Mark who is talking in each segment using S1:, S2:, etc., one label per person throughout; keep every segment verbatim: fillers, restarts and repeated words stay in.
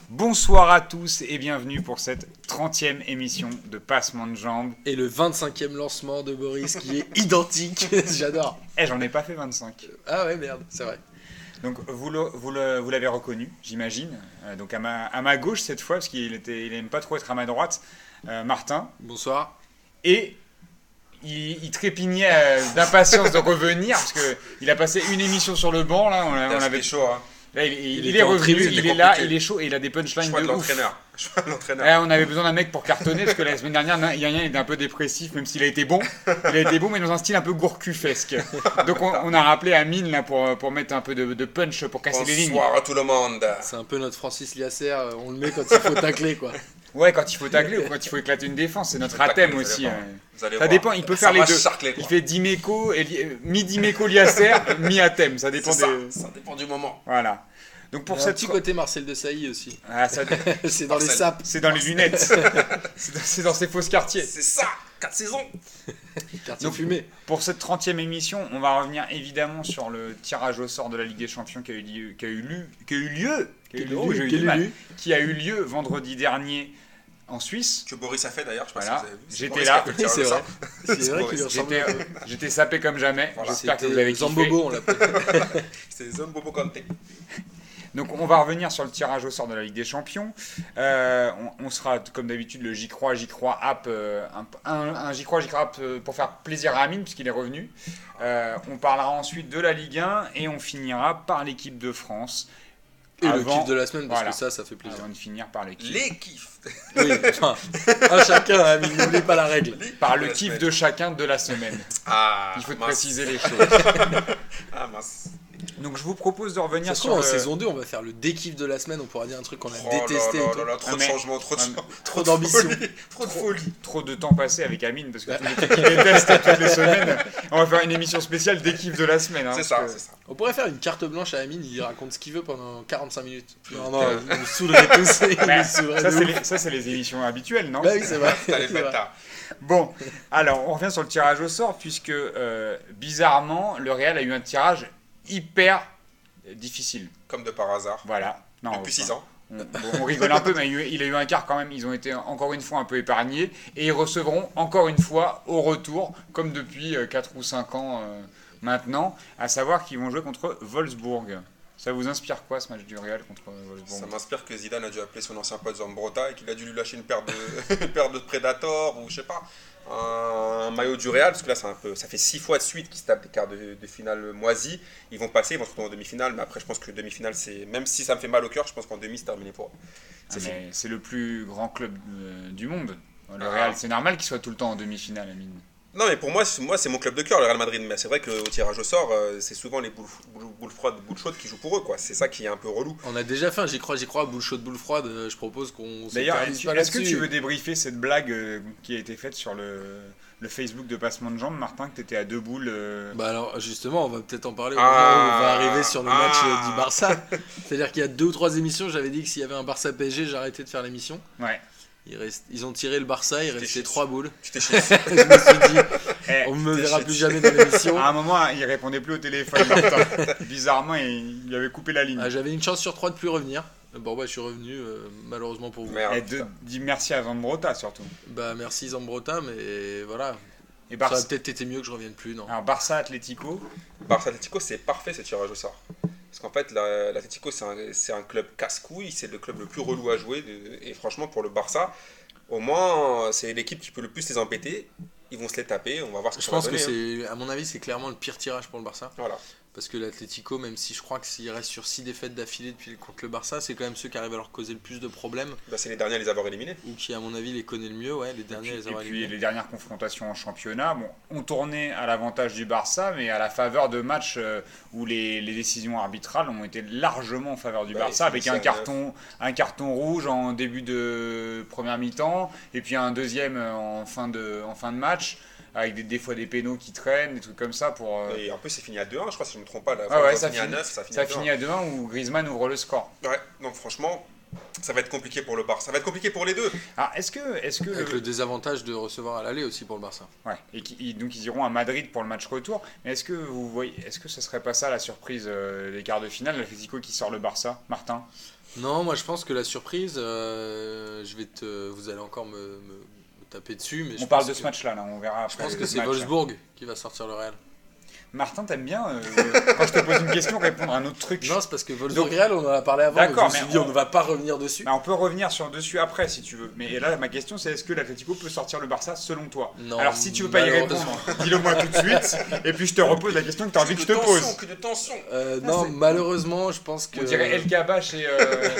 S1: Bonsoir à tous et bienvenue pour cette trentième émission de Passement de Jambes.
S2: Et le vingt-cinquième lancement de Boris qui est identique, j'adore.
S1: Eh, j'en ai pas fait vingt-cinq.
S2: Ah ouais, merde, c'est vrai.
S1: Donc vous, le, vous, le, vous l'avez reconnu, j'imagine. Euh, donc à ma, à ma gauche cette fois, parce qu'il était, il aime pas trop être à ma droite, euh, Martin.
S2: Bonsoir.
S1: Et il, il trépignait euh, d'impatience de revenir, parce qu'il a passé une émission sur le banc, là, on,
S3: Là,
S1: on avait
S3: chaud, hein.
S1: Là, il, il,
S2: Il
S1: il
S2: était
S1: est
S2: en
S1: revenu,
S2: tribune,
S1: il
S3: c'était
S1: est là,
S3: compliqué.
S1: il est chaud et il a des punchlines
S3: Choix
S1: de
S3: de
S1: ouf.
S3: l'entraîneur. Choix de l'entraîneur.
S1: Eh, on avait besoin d'un mec pour cartonner parce que la semaine dernière, Yann était un peu dépressif, même s'il a été bon. Il a été bon, mais dans un style un peu gourcufesque. Donc on, on a rappelé Amine là pour, pour mettre un peu de, de punch pour casser les lignes.
S3: Bonsoir à tout le monde.
S2: C'est un peu notre Francis Liasser, on le met quand il faut tacler quoi.
S1: Ouais, quand il faut tacler ou quand il faut éclater une défense, c'est notre
S3: Faut tacler,
S1: athème
S3: vous
S1: aussi.
S3: allez
S1: euh.
S3: voir. Vous allez
S1: Ça
S3: voir.
S1: dépend, il peut
S3: Ça
S1: faire les
S3: va
S1: deux.
S3: charcler, quoi.
S1: Il fait Dimeco, et li- mi-Dimeco Liasser, mi-Athème. Ça dépend
S3: C'est ça,
S1: des.
S3: ça dépend du moment.
S1: Voilà. Donc pour
S2: Pour un
S1: cette
S2: petit côté Marcel de Sailly aussi.
S1: Ah, ça-
S2: C'est dans les
S3: Marcel.
S2: sapes.
S1: c'est dans les lunettes. C'est dans, c'est dans ces fausses quartiers.
S3: C'est ça, quatre saisons.
S2: Quartier
S1: Donc,
S2: fumé.
S1: Pour cette trentième émission, on va revenir évidemment sur le tirage au sort de la Ligue des Champions qui a eu lieu, qui a eu, lu- qui a eu lieu, qui a eu
S2: Quel
S1: lieu- oh, j'ai eu
S2: quel
S1: du mal.
S2: élu.
S1: qui a eu lieu vendredi dernier en Suisse.
S3: Que Boris a fait d'ailleurs, je sais pas
S1: Voilà.
S3: si vous avez vu. C'est
S1: J'étais
S3: Boris
S1: là.
S3: qui a fait le
S2: Oui,
S3: tirage
S2: c'est
S3: au
S2: vrai.
S3: sort.
S2: C'est vrai
S3: Boris.
S2: qu'il lui ressemble
S1: J'étais,
S2: un peu.
S1: j'étais sapé comme jamais.
S3: Voilà.
S1: J'espère que vous avez
S2: C'était
S1: kiffé.
S2: Zambobo, on l'appelle.
S3: C'est Zom Bobo Kanté.
S1: Donc on va revenir sur le tirage au sort de la Ligue des Champions. Euh, on, on sera comme d'habitude le J'y crois, J'y crois app, euh, un, un, un J'y crois, J'y crois app euh, pour faire plaisir à Amine puisqu'il est revenu. Euh, on parlera ensuite de la Ligue un et on finira par l'équipe de France.
S2: Et le
S1: Avant-
S2: kiff de la semaine, parce
S1: voilà.
S2: que ça, ça fait plaisir.
S1: Avant de finir par le kiff.
S3: Les kiffs.
S2: Oui, enfin, un chacun, hein, mais n'oublie pas la règle.
S3: Les
S1: Par
S3: kiffs
S1: le
S3: la
S1: kiff
S3: semaine.
S1: de chacun de la semaine.
S3: Ah,
S1: Il faut te
S3: mince.
S1: préciser les choses.
S3: Ah mince.
S1: Donc je vous propose de revenir
S2: Ça se
S1: sur
S2: trouve, en
S1: le...
S2: saison deux, on va faire le dékiff de la semaine, on pourra dire un truc qu'on a
S3: Oh
S2: détesté
S3: là
S2: et
S3: là
S2: tout.
S3: là là, trop
S1: Ah,
S3: de
S1: mais-
S3: changements, trop de
S1: Ah, mais-
S3: changements.
S2: Trop d'ambition.
S3: folie, Trop de folie.
S1: trop de temps passé avec Amine parce que tous les trucs qu'il déteste toutes les semaines. On va faire une émission spéciale des kiffs de la semaine. hein,
S3: C'est
S1: parce
S3: ça,
S1: que-
S3: c'est ça.
S2: On pourrait faire une carte blanche à Amine, il raconte ce qu'il veut pendant quarante-cinq minutes. Non, non,
S3: Euh.
S2: vous nous saoulerez tous. Il
S1: Ouais,
S2: nous saoulerait
S1: ça,
S2: de
S1: c'est
S2: ouf.
S1: les, ça, c'est les émissions habituelles, non
S2: Bah oui, c'est vrai.
S3: T'as les
S2: C'est vrai.
S3: bâtards.
S1: Bon, alors on revient sur le tirage au sort puisque euh, bizarrement, le Real a eu un tirage hyper difficile.
S3: Comme de par hasard.
S1: Voilà. Non,
S3: Depuis
S1: enfin,
S3: six ans.
S1: On, bon, on rigole un peu, mais il y a eu- il a eu un quart quand même. Ils ont été encore une fois un peu épargnés et ils recevront encore une fois au retour, comme depuis euh, quatre ou cinq ans euh, maintenant, à savoir qu'ils vont jouer contre Wolfsburg. Ça vous inspire quoi ce match du Real contre euh, Wolfsburg?
S3: Ça m'inspire que Zidane a dû appeler son ancien pote Zambrotta et qu'il a dû lui lâcher une paire de, une paire de Predator ou je sais pas, un maillot du Real, parce que là c'est un peu, ça fait six fois de suite qu'ils se tapent des quarts de, de finale moisis. Ils vont passer, ils vont se retrouver en demi-finale, mais après je pense que demi-finale c'est, même si ça me fait mal au cœur, je pense qu'en demi c'est terminé pour eux.
S1: Ah,
S3: C'est fini.
S1: mais c'est le plus grand club euh, du monde. Le
S3: Ah.
S1: Real, c'est normal qu'il soit tout le temps en demi-finale, Amine.
S3: Non mais pour moi, c'est- moi c'est mon club de cœur le Real Madrid, mais c'est vrai qu'au tirage au sort, euh, c'est souvent les boules, boules, boules froides, boules chaudes qui jouent pour eux, quoi. C'est ça qui est un peu relou.
S2: On a déjà fait un j'y crois, j'y crois, boule chaude, boule froide. euh, Je propose qu'on se
S1: D'ailleurs,
S2: perdise
S1: est-ce
S2: pas
S1: est-ce que
S2: là-dessus.
S1: tu veux débriefer cette blague euh, qui a été faite sur le, le Facebook de Passement de Jambes, Martin, que tu étais à deux boules euh,
S2: Bah alors justement, on va peut-être en parler au
S3: Ah.
S2: moment où on va arriver sur le match
S3: Ah.
S2: euh, du Barça. C'est-à-dire qu'il y a deux ou trois émissions, j'avais dit que s'il y avait un Barça P S G, j'arrêtais de faire l'émission.
S1: Ouais.
S2: Il reste, ils ont tiré le Barça, il
S3: T'es
S2: restait
S3: chier.
S2: trois boules.
S3: Tu t'es chié.
S2: Je me suis dit,
S1: Eh,
S2: on me
S3: t'es
S2: verra
S3: shit.
S2: plus jamais dans l'émission.
S1: à un moment, il répondait plus au téléphone, Martin. Bizarrement, il, il avait coupé la ligne.
S2: Ah, j'avais une chance sur trois de plus revenir. Bon bah je suis revenu, euh, malheureusement pour vous.
S3: Merde.
S1: Et de, dis merci à Zambrotta surtout.
S2: Bah merci Zambrotta, mais voilà.
S1: Et
S2: Ça aurait
S1: Barça,
S2: peut-être été mieux que je revienne plus, non.
S1: alors Barça Atlético.
S3: Barça Atlético, c'est parfait ce tirage au sort. Parce qu'en fait, la- l'Atlético, c'est un, c'est un club casse-couille, c'est le club le plus relou à jouer. de- et franchement, pour le Barça, au moins, c'est l'équipe qui peut le plus les embêter. Ils vont se les taper, on va voir ce que
S2: Je
S3: ça va
S2: pense que
S3: donner. hein.
S2: c'est, à mon avis, c'est clairement le pire tirage pour le Barça.
S3: Voilà.
S2: Parce que l'Atlético, même si je crois que s'il reste sur six défaites d'affilée depuis contre le Barça, c'est quand même ceux qui arrivent à leur causer le plus de problèmes.
S3: Bah, c'est les derniers à les avoir éliminés.
S2: Ou qui, à mon avis, les connaît le mieux, ouais, les
S1: Et
S2: derniers
S1: puis,
S2: à les
S1: et
S2: avoir
S1: puis
S2: éliminés.
S1: les dernières confrontations en championnat bon, ont tourné à l'avantage du Barça, mais à la faveur de matchs euh, où les, les décisions arbitrales ont été largement en faveur du
S3: Ouais,
S1: Barça, avec
S3: c'est
S1: un
S3: ça,
S1: carton, un carton rouge en début de première mi-temps, et puis un deuxième en fin de, en fin de match. Avec des, des fois des pénaux qui traînent, des trucs comme ça pour. euh,
S3: Et en plus, c'est fini à deux un, je crois, si je ne me trompe pas. La
S1: Ah ouais,
S3: ça
S1: ça
S3: finit à
S1: finit-
S3: neuf, ça finit
S1: Ça
S3: à deux un.
S1: finit à deux un où Griezmann ouvre le score.
S3: Ouais, donc franchement, Ça va être compliqué pour le Barça. Ça va être compliqué pour les deux.
S1: Alors, est-ce que, est-ce que
S2: Avec
S1: le-
S2: le désavantage de recevoir à l'aller aussi pour le Barça.
S1: Ouais, et qui- ils- donc ils iront à Madrid pour le match retour. Mais est-ce que vous voyez, est-ce que ce serait pas ça la surprise euh, des quarts de finale, l'Atlético qui sort le Barça, Martin?
S2: Non, moi je pense que la surprise, euh, je vais te, vous allez encore me, me- me taper dessus, mais je
S1: On parle
S2: pense
S1: de
S2: que-
S1: ce match-là, là, on verra
S2: Je
S1: après
S2: pense
S1: le
S2: que c'est
S1: match.
S2: Wolfsburg qui va sortir le Real.
S1: Martin, t'aimes bien euh, quand je te pose une question répondre à un autre truc.
S2: Non, c'est parce que Wolfsburg-Real, on en a parlé avant, donc je
S1: D'accord,
S2: me suis
S1: mais
S2: dit
S1: on-
S2: on ne va pas revenir dessus.
S1: Bah, on peut revenir sur dessus après si tu veux. Mais là, ma question c'est est-ce que l'Atlético peut sortir le Barça selon toi?
S2: Non,
S1: Alors si tu veux pas y
S2: malheureusement.
S1: répondre, dis-le moi tout de suite. Et puis je te repose la question que tu as envie que je te
S3: de tension,
S1: pose.
S3: que de tension.
S2: Euh,
S1: Ah,
S2: non,
S1: c'est-
S2: malheureusement, je pense que.
S1: On dirait El Gaba chez. euh,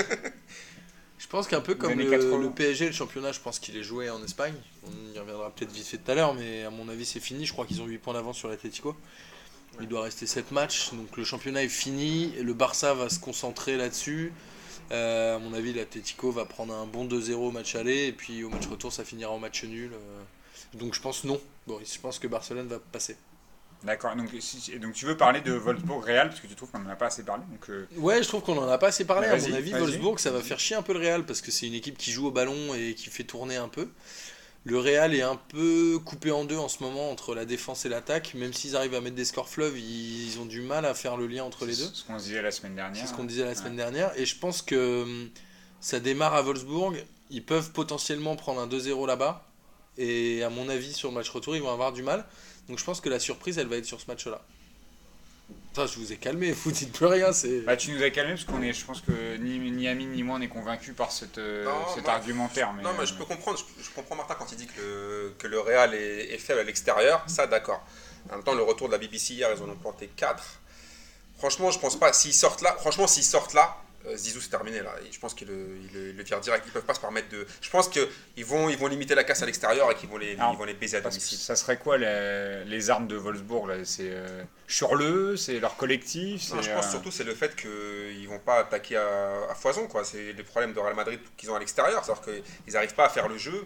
S2: Je pense qu'un peu comme
S1: années
S2: le,
S1: quatre-vingts.
S2: le P S G, le championnat, je pense qu'il est joué en Espagne. On y reviendra peut-être vite fait tout à l'heure, mais à mon avis, c'est fini. Je crois qu'ils ont huit points d'avance sur l'Atlético. Il doit rester sept matchs, donc le championnat est fini. Le Barça va se concentrer là-dessus. Euh, à mon avis, l'Atlético va prendre un bon deux zéro au match aller, et puis au match retour, ça finira en match nul. Euh, Donc je pense non. Bon, je pense que Barcelone va passer.
S1: D'accord. Donc, si- donc tu veux parler de Wolfsburg Real parce que tu trouves qu'on n'en a pas assez parlé. Donc euh,
S2: Ouais, je trouve qu'on en a pas assez parlé. À
S1: Vas-y,
S2: mon avis,
S1: vas-y.
S2: Wolfsburg, ça va faire chier un peu le Real parce que c'est une équipe qui joue au ballon et qui fait tourner un peu. Le Real est un peu coupé en deux en ce moment entre la défense et l'attaque. Même s'ils arrivent à mettre des scores fleuves, ils ont du mal à faire le lien entre les deux.
S1: c'est ce qu'on se disait la semaine dernière.
S2: C'est ce qu'on disait la semaine
S1: Ouais.
S2: dernière. Et je pense que hum, ça démarre à Wolfsburg. Ils peuvent potentiellement prendre un deux zéro là-bas. Et à mon avis, sur le match retour, ils vont avoir du mal. Donc je pense que la surprise, elle va être sur ce match-là. Putain, je vous ai calmé, vous dites plus rien. C'est...
S1: Bah, tu nous as calmé parce qu'on est, je pense que ni, ni Amine ni moi on est convaincus par cette, euh,
S3: Non,
S1: cet
S3: moi-
S1: argumentaire. Mais,
S3: Non, mais je
S1: euh,
S3: peux comprendre. Je, je comprends Martin quand il dit que le, que le Real est, est faible à l'extérieur. Ça, d'accord. En même temps, le retour de la B B C hier, ils en ont planté quatre. Franchement, je pense pas. S'ils sortent là, franchement, s'ils sortent là, euh, Zizou c'est terminé là. Et je pense qu'ils le, ils le, ils le virent direct. Ils peuvent pas se permettre de. Je pense qu'ils vont, ils vont limiter la casse à l'extérieur et qu'ils vont les,
S1: Alors,
S3: ils vont les baiser à
S1: parce que
S3: domicile.
S1: ça serait quoi les, les armes de Wolfsburg là? C'est euh, Schürrle, c'est leur collectif.
S3: Non,
S1: c'est,
S3: je pense
S1: euh,
S3: surtout c'est le fait qu'ils vont pas attaquer à, à foison quoi. C'est les problèmes de Real Madrid qu'ils ont à l'extérieur, c'est-à-dire qu'ils n'arrivent pas à faire le jeu,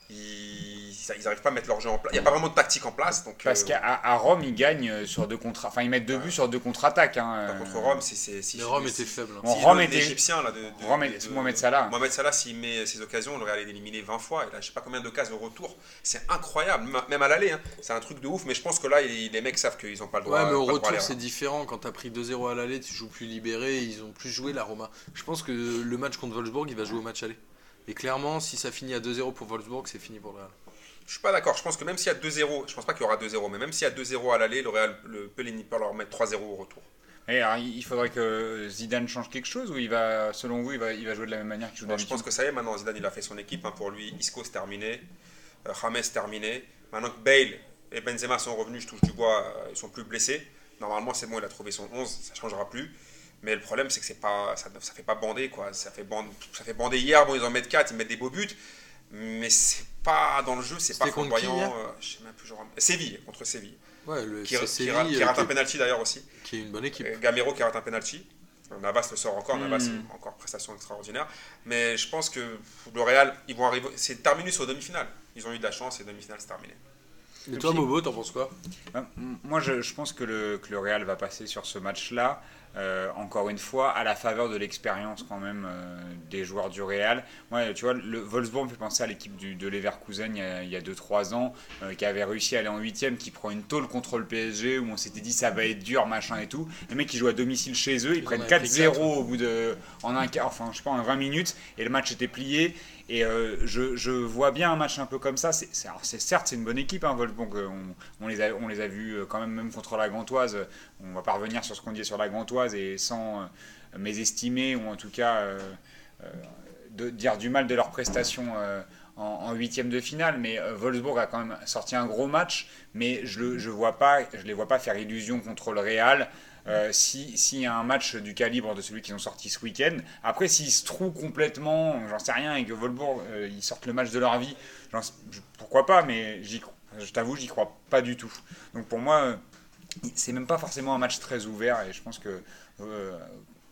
S3: ils n'arrivent pas à mettre leur jeu en place. Il n'y a pas vraiment de tactique en place. Donc,
S1: Parce
S3: euh,
S1: qu'à à Rome, ils gagnent euh, sur deux contre, enfin ils mettent deux
S3: Ouais.
S1: buts sur deux contre-attaques. Hein,
S3: par
S1: euh,
S3: contre Rome, c'est c'est si
S2: Mais Rome
S3: si-
S2: était faible. hein.
S1: Bon,
S3: si
S1: Rome
S3: le-
S1: était-
S3: l'Égyptien là de, de-
S1: Rome
S3: de-
S1: et-
S3: de-
S1: Mohamed Salah.
S3: Mohamed Salah, s'il met ses occasions, le Real est éliminé vingt fois. Et là, je sais pas combien de cases au retour. C'est incroyable, même à- même à l'aller. Hein. C'est un truc de ouf. Mais je pense que là, il- les mecs savent qu'ils n'ont pas le droit.
S2: Ouais, mais au
S3: pas le droit à
S2: retour,
S3: l'erreur.
S2: c'est différent. Quand t'as pris deux zéro à l'aller, tu joues plus libéré. Ils ont plus joué la Roma. Je pense que le match contre Wolfsburg, il va jouer au match aller. Et clairement, si ça finit à deux zéro pour Wolfsburg, c'est fini pour le Real.
S3: Je suis pas d'accord. Je pense que même s'il y a deux zéro, je pense pas qu'il y aura deux zéro, mais même s'il y a deux zéro à l'aller, le Real le, peut, les- peut leur mettre trois zéro au retour.
S1: Et alors, il faudrait que Zidane change quelque chose ou il va, selon vous, il va, il va jouer de la même manière qu'il joue
S3: Bon, je
S1: d'habitude?
S3: pense que ça y est, maintenant Zidane il a fait son équipe. Hein, pour lui, Isco c'est terminé, euh, James terminé. Maintenant que Bale et Benzema sont revenus, je touche du bois, euh, ils sont plus blessés. Normalement c'est bon, il a trouvé son onze, ça changera plus. Mais le problème c'est que c'est pas, ça, ça fait pas bander quoi. Ça fait bander, ça fait bander hier. Bon ils en mettent quatre, ils mettent des beaux buts, mais c'est pas dans le jeu, c'est pas
S2: C'était contre qui,
S3: flamboyant.
S2: hier
S3: euh, je sais même plus genre. Séville contre Séville.
S2: Ouais, le
S3: Qui,
S2: c'est
S3: qui
S2: Séville,
S3: rate, qui
S2: euh,
S3: rate
S2: qui
S3: un
S2: est-
S3: penalty d'ailleurs aussi.
S2: qui est une bonne équipe.
S3: Euh, Gamero qui rate un penalty. Navas le sort encore, Navas
S1: Mm.
S3: encore prestation extraordinaire. Mais je pense que le Real, ils vont arriver. C'est terminé sur demi-finale. Ils ont eu de la chance et demi-finale c'est terminé.
S2: Et toi, Bobo, t'en penses quoi?
S1: Ben, moi, je, je pense que le, que le Real va passer sur ce match-là, euh, encore une fois, à la faveur de l'expérience quand même euh, des joueurs du Real. Moi, tu vois, le Wolfsburg me fait penser à l'équipe du, de Leverkusen il y a- il y a deux trois ans, euh, qui avait réussi à aller en huitième, qui prend une tôle contre le P S G, où on s'était dit ça va être dur, machin et tout. Les mecs qui jouent à domicile chez eux, ils,
S2: Ils en
S1: prennent
S2: avaient
S1: quatre
S2: pris
S1: zéro
S2: quatre.
S1: au bout de, en un quart, enfin, je sais pas, en vingt minutes, et le match était plié. Et euh, je, je vois bien un match un peu comme ça. C'est, c'est, alors c'est, certes, c'est une bonne équipe, hein, Wolfsburg. On, on, les a, on les a vus euh, quand même, même contre la Gantoise. On va pas revenir sur ce qu'on dit sur la Gantoise et sans euh, mésestimer ou en tout cas euh, euh, de, dire du mal de leurs prestations euh, en, en huitième de finale. Mais euh, Wolfsburg a quand même sorti un gros match, mais je ne je vois pas, je les vois pas faire illusion contre le Real. Euh, si s'il y a un match du calibre de celui qu'ils ont sorti ce week-end, après s'ils se trouvent complètement, j'en sais rien, et que Wolfsburg euh, ils sortent le match de leur vie, j'en- je- pourquoi pas, mais j'y, cro- je t'avoue j'y crois pas du tout. Donc pour moi, euh, c'est même pas forcément un match très ouvert et je pense que euh,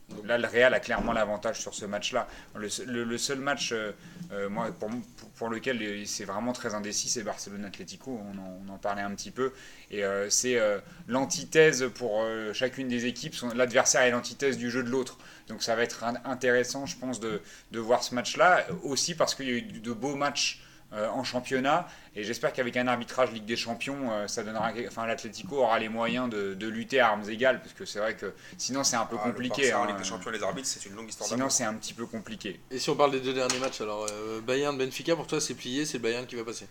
S1: Donc là, le Real a clairement l'avantage sur ce match-là. Le, le, le seul match euh, euh, moi, pour, pour, pour lequel c'est vraiment très indécis, c'est Barcelone-Atlético. On en, on en parlait un petit peu. Et euh, c'est euh, l'antithèse pour euh, chacune des équipes. Son, l'adversaire est l'antithèse du jeu de l'autre. Donc ça va être intéressant, je pense, de, de voir ce match-là. Aussi parce qu'il y a eu de beaux matchs Euh, en championnat, et j'espère qu'avec un arbitrage Ligue des Champions, euh, ça donnera, enfin l'Atlético aura les moyens de, de lutter à armes égales, parce que c'est vrai que sinon c'est un peu
S3: ah,
S1: compliqué.
S3: Le Barça,
S1: hein,
S3: en Ligue des Champions, les arbitres, c'est une longue histoire.
S1: Sinon c'est un petit peu compliqué.
S2: Et si on parle des deux derniers matchs, alors euh, Bayern-Benfica, pour toi c'est plié, c'est le Bayern qui va passer?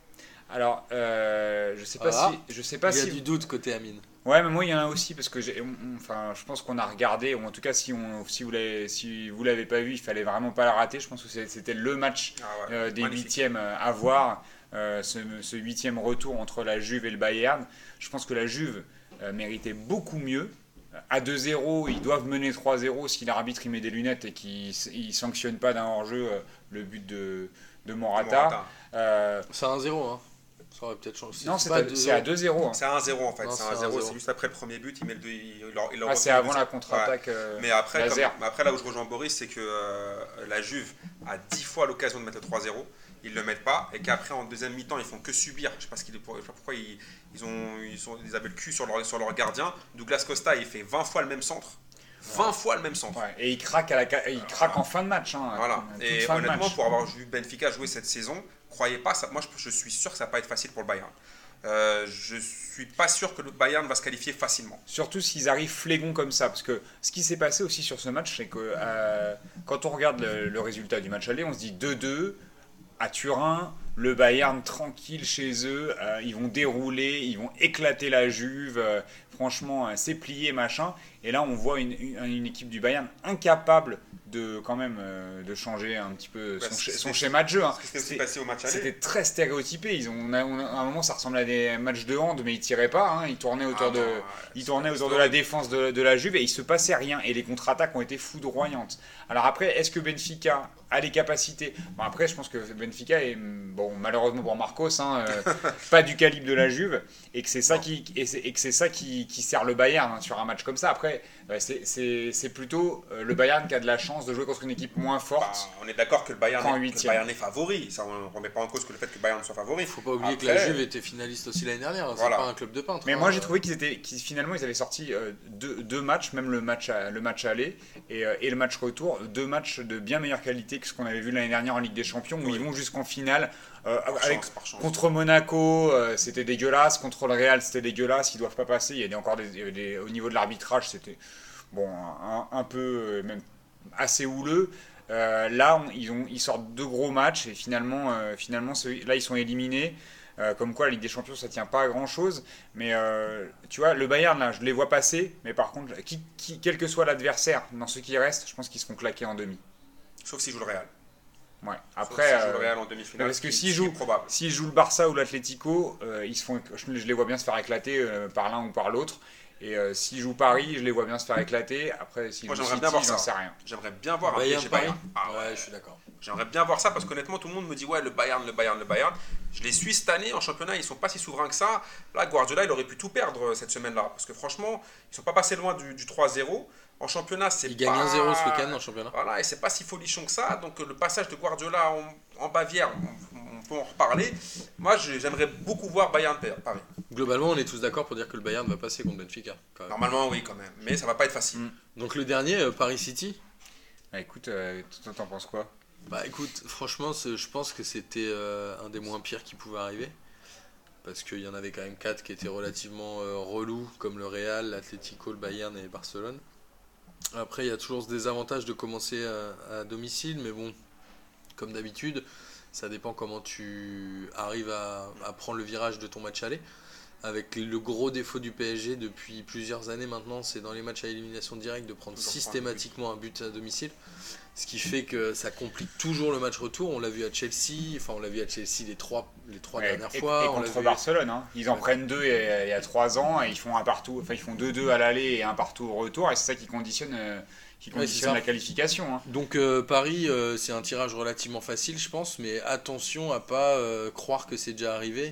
S1: Alors, euh, je sais pas
S2: ah,
S1: si, je sais pas
S2: il y a
S1: si...
S2: du doute côté Amine.
S1: Ouais, mais moi il y en a aussi parce que j'ai, on, enfin, je pense qu'on a regardé, ou en tout cas si, on, si vous l'avez, si vous l'avez pas vu, il fallait vraiment pas la rater. Je pense que c'était le match
S3: ah ouais,
S1: euh, des huitièmes à voir. Euh, ce, ce huitième retour entre la Juve et le Bayern. Je pense que la Juve euh, méritait beaucoup mieux. À deux zéro, ils doivent mener trois zéro si l'arbitre il met des lunettes et qu'il ne sanctionne pas d'un hors-jeu euh, le but de, de Morata.
S3: Morata.
S1: Euh,
S2: c'est un zéro, hein. Ça aurait peut-être changé.
S1: Non, c'est, à, c'est à deux zéro. Hein.
S3: C'est à un zéro en fait.
S2: Non,
S3: c'est à un zéro, c'est juste après le premier but. Il met le deux, il, il, il
S1: ah, c'est avant la contre-attaque.
S3: Ouais.
S1: Euh,
S3: mais après,
S1: laser.
S3: comme, après, là où je rejoins Boris, c'est que euh, la Juve a dix fois l'occasion de mettre le trois zéro. Ils ne le mettent pas, et qu'après en deuxième mi-temps ils font que subir. Je ne sais pas, ce qu'il est, je sais pas pourquoi ils, ils, ont, ils, sont, ils avaient le cul sur leur, sur leur gardien. Douglas Costa il fait vingt fois le même centre. vingt ouais. fois le même centre.
S1: Ouais. Et il craque, à la, il craque voilà. en fin de match. Hein,
S3: voilà. Et honnêtement, pour avoir vu Benfica jouer cette saison, croyez pas, ça, moi je, je suis sûr que ça ne va pas être facile pour le Bayern. Euh, je suis pas sûr que le Bayern va se qualifier facilement.
S1: Surtout s'ils arrivent flégons comme ça, parce que ce qui s'est passé aussi sur ce match, c'est que euh, quand on regarde le, le résultat du match aller, on se dit deux deux à Turin, le Bayern tranquille chez eux, euh, ils vont dérouler, ils vont éclater la Juve, euh, franchement euh, c'est plié machin, et là on voit une, une, une équipe du Bayern incapable de quand même euh, de changer un petit peu son, ch- son schéma de jeu. Hein.
S3: Ce qui s'est passé au match aller.
S1: C'était très stéréotypé. Ils ont, on a, on a, à un moment, ça ressemblait à des matchs de hand, mais ils tiraient pas. Hein. Ils tournaient autour ah, de, non, ils tournaient autour de la défense de, de la Juve et il se passait rien. Et les contre-attaques ont été foudroyantes. Alors après, est-ce que Benfica a les capacités? Bon, après, je pense que Benfica est, bon, malheureusement pour Marcos, hein, euh, pas du calibre de la Juve, et que c'est ça qui, et c'est, et que c'est ça qui, qui sert le Bayern hein, sur un match comme ça. Après, c'est, c'est, c'est plutôt euh, le Bayern qui a de la chance de jouer contre une équipe moins forte.
S3: Bah, on est d'accord que le Bayern, est, que le Bayern est favori. Ça, on ne remet pas en cause que le fait que le Bayern soit favori.
S2: Il ne faut pas oublier Après, que la Juve était finaliste aussi l'année dernière. C'est voilà. pas un club de peintres.
S1: Mais
S2: hein.
S1: moi, j'ai trouvé qu'ils étaient, qu'ils, finalement, ils avaient sorti euh, deux, deux matchs, même le match, à, le match aller et, euh, et le match retour, deux matchs de bien meilleure qualité que ce qu'on avait vu l'année dernière en Ligue des Champions, où oui. ils vont jusqu'en finale. Euh, avec,
S3: chance,
S1: contre Monaco, euh, c'était dégueulasse. Contre le Real, c'était dégueulasse. Ils ne doivent pas passer. Il y a encore des, des, des, au niveau de l'arbitrage, c'était bon, un, un peu, même assez houleux. Euh, là, on, ils, ont, ils sortent deux gros matchs et finalement, euh, finalement là, ils sont éliminés. Euh, comme quoi, la Ligue des Champions, ça tient pas à grand chose. Mais euh, tu vois, le Bayern, là, je les vois passer. Mais par contre, qui, qui, quel que soit l'adversaire, dans ceux qui restent, je pense qu'ils seront claqués en demi.
S3: Sauf s'ils jouent le Real.
S1: Ouais. Après,
S3: euh, le Real en demi-finale,
S1: parce que s'ils jouent, s'ils jouent le Barça ou l'Atlético, euh, ils se font, je, je les vois bien se faire éclater euh, par l'un ou par l'autre. Et euh, s'ils jouent Paris, je les vois bien se faire éclater. Après, s'ils
S3: Moi,
S1: jouent
S3: j'aimerais
S1: City,
S3: bien voir
S1: j'en
S3: ça.
S1: sais rien.
S3: J'aimerais bien voir
S2: un
S3: Bayern Paris.
S2: Ah ouais, je suis d'accord.
S3: J'aimerais bien voir ça parce qu'honnêtement, tout le monde me dit ouais, le Bayern, le Bayern, le Bayern. Je les suis cette année en championnat, ils sont pas si souverains que ça. Là, Guardiola, il aurait pu tout perdre cette semaine-là parce que franchement, ils sont pas passés loin du, du trois zéro. En championnat, c'est
S2: il
S3: pas...
S2: gagne un zéro ce week-end en championnat.
S3: Voilà, et c'est pas si folichon que ça. Donc le passage de Guardiola en, en Bavière, on, on peut en reparler. Moi, j'aimerais beaucoup voir Bayern Paris.
S2: Globalement, on est tous d'accord pour dire que le Bayern va passer contre Benfica. Quand même.
S3: Normalement, oui, quand même. Mais ça va pas être facile.
S2: Mm. Donc le dernier, euh, Paris City.
S1: Bah, écoute, euh, toi, t'en penses quoi?
S2: Bah écoute, franchement, je pense que c'était euh, un des moins pires qui pouvait arriver. Parce qu'il y en avait quand même quatre qui étaient relativement euh, relous, comme le Real, l'Atlético, le Bayern et Barcelone. Après, il y a toujours ce désavantage de commencer à, à domicile, mais bon, comme d'habitude, ça dépend comment tu arrives à, à prendre le virage de ton match aller. Avec le gros défaut du P S G depuis plusieurs années maintenant, c'est dans les matchs à élimination directe de prendre systématiquement un but à domicile. Ce qui fait que ça complique toujours le match retour. On l'a vu à Chelsea, enfin on l'a vu à Chelsea les trois, les trois
S1: ouais,
S2: dernières
S1: et,
S2: fois.
S1: Et
S2: on
S1: contre
S2: l'a vu...
S1: Barcelone, hein. Ils en
S2: ouais.
S1: prennent deux il y a trois ans et ils font un partout, enfin ils font deux deux à l'aller et un partout au retour et c'est ça qui conditionne, euh, qui conditionne ouais, la qualification. Hein.
S2: Donc euh, Paris, euh, c'est un tirage relativement facile, je pense, mais attention à pas euh, croire que c'est déjà arrivé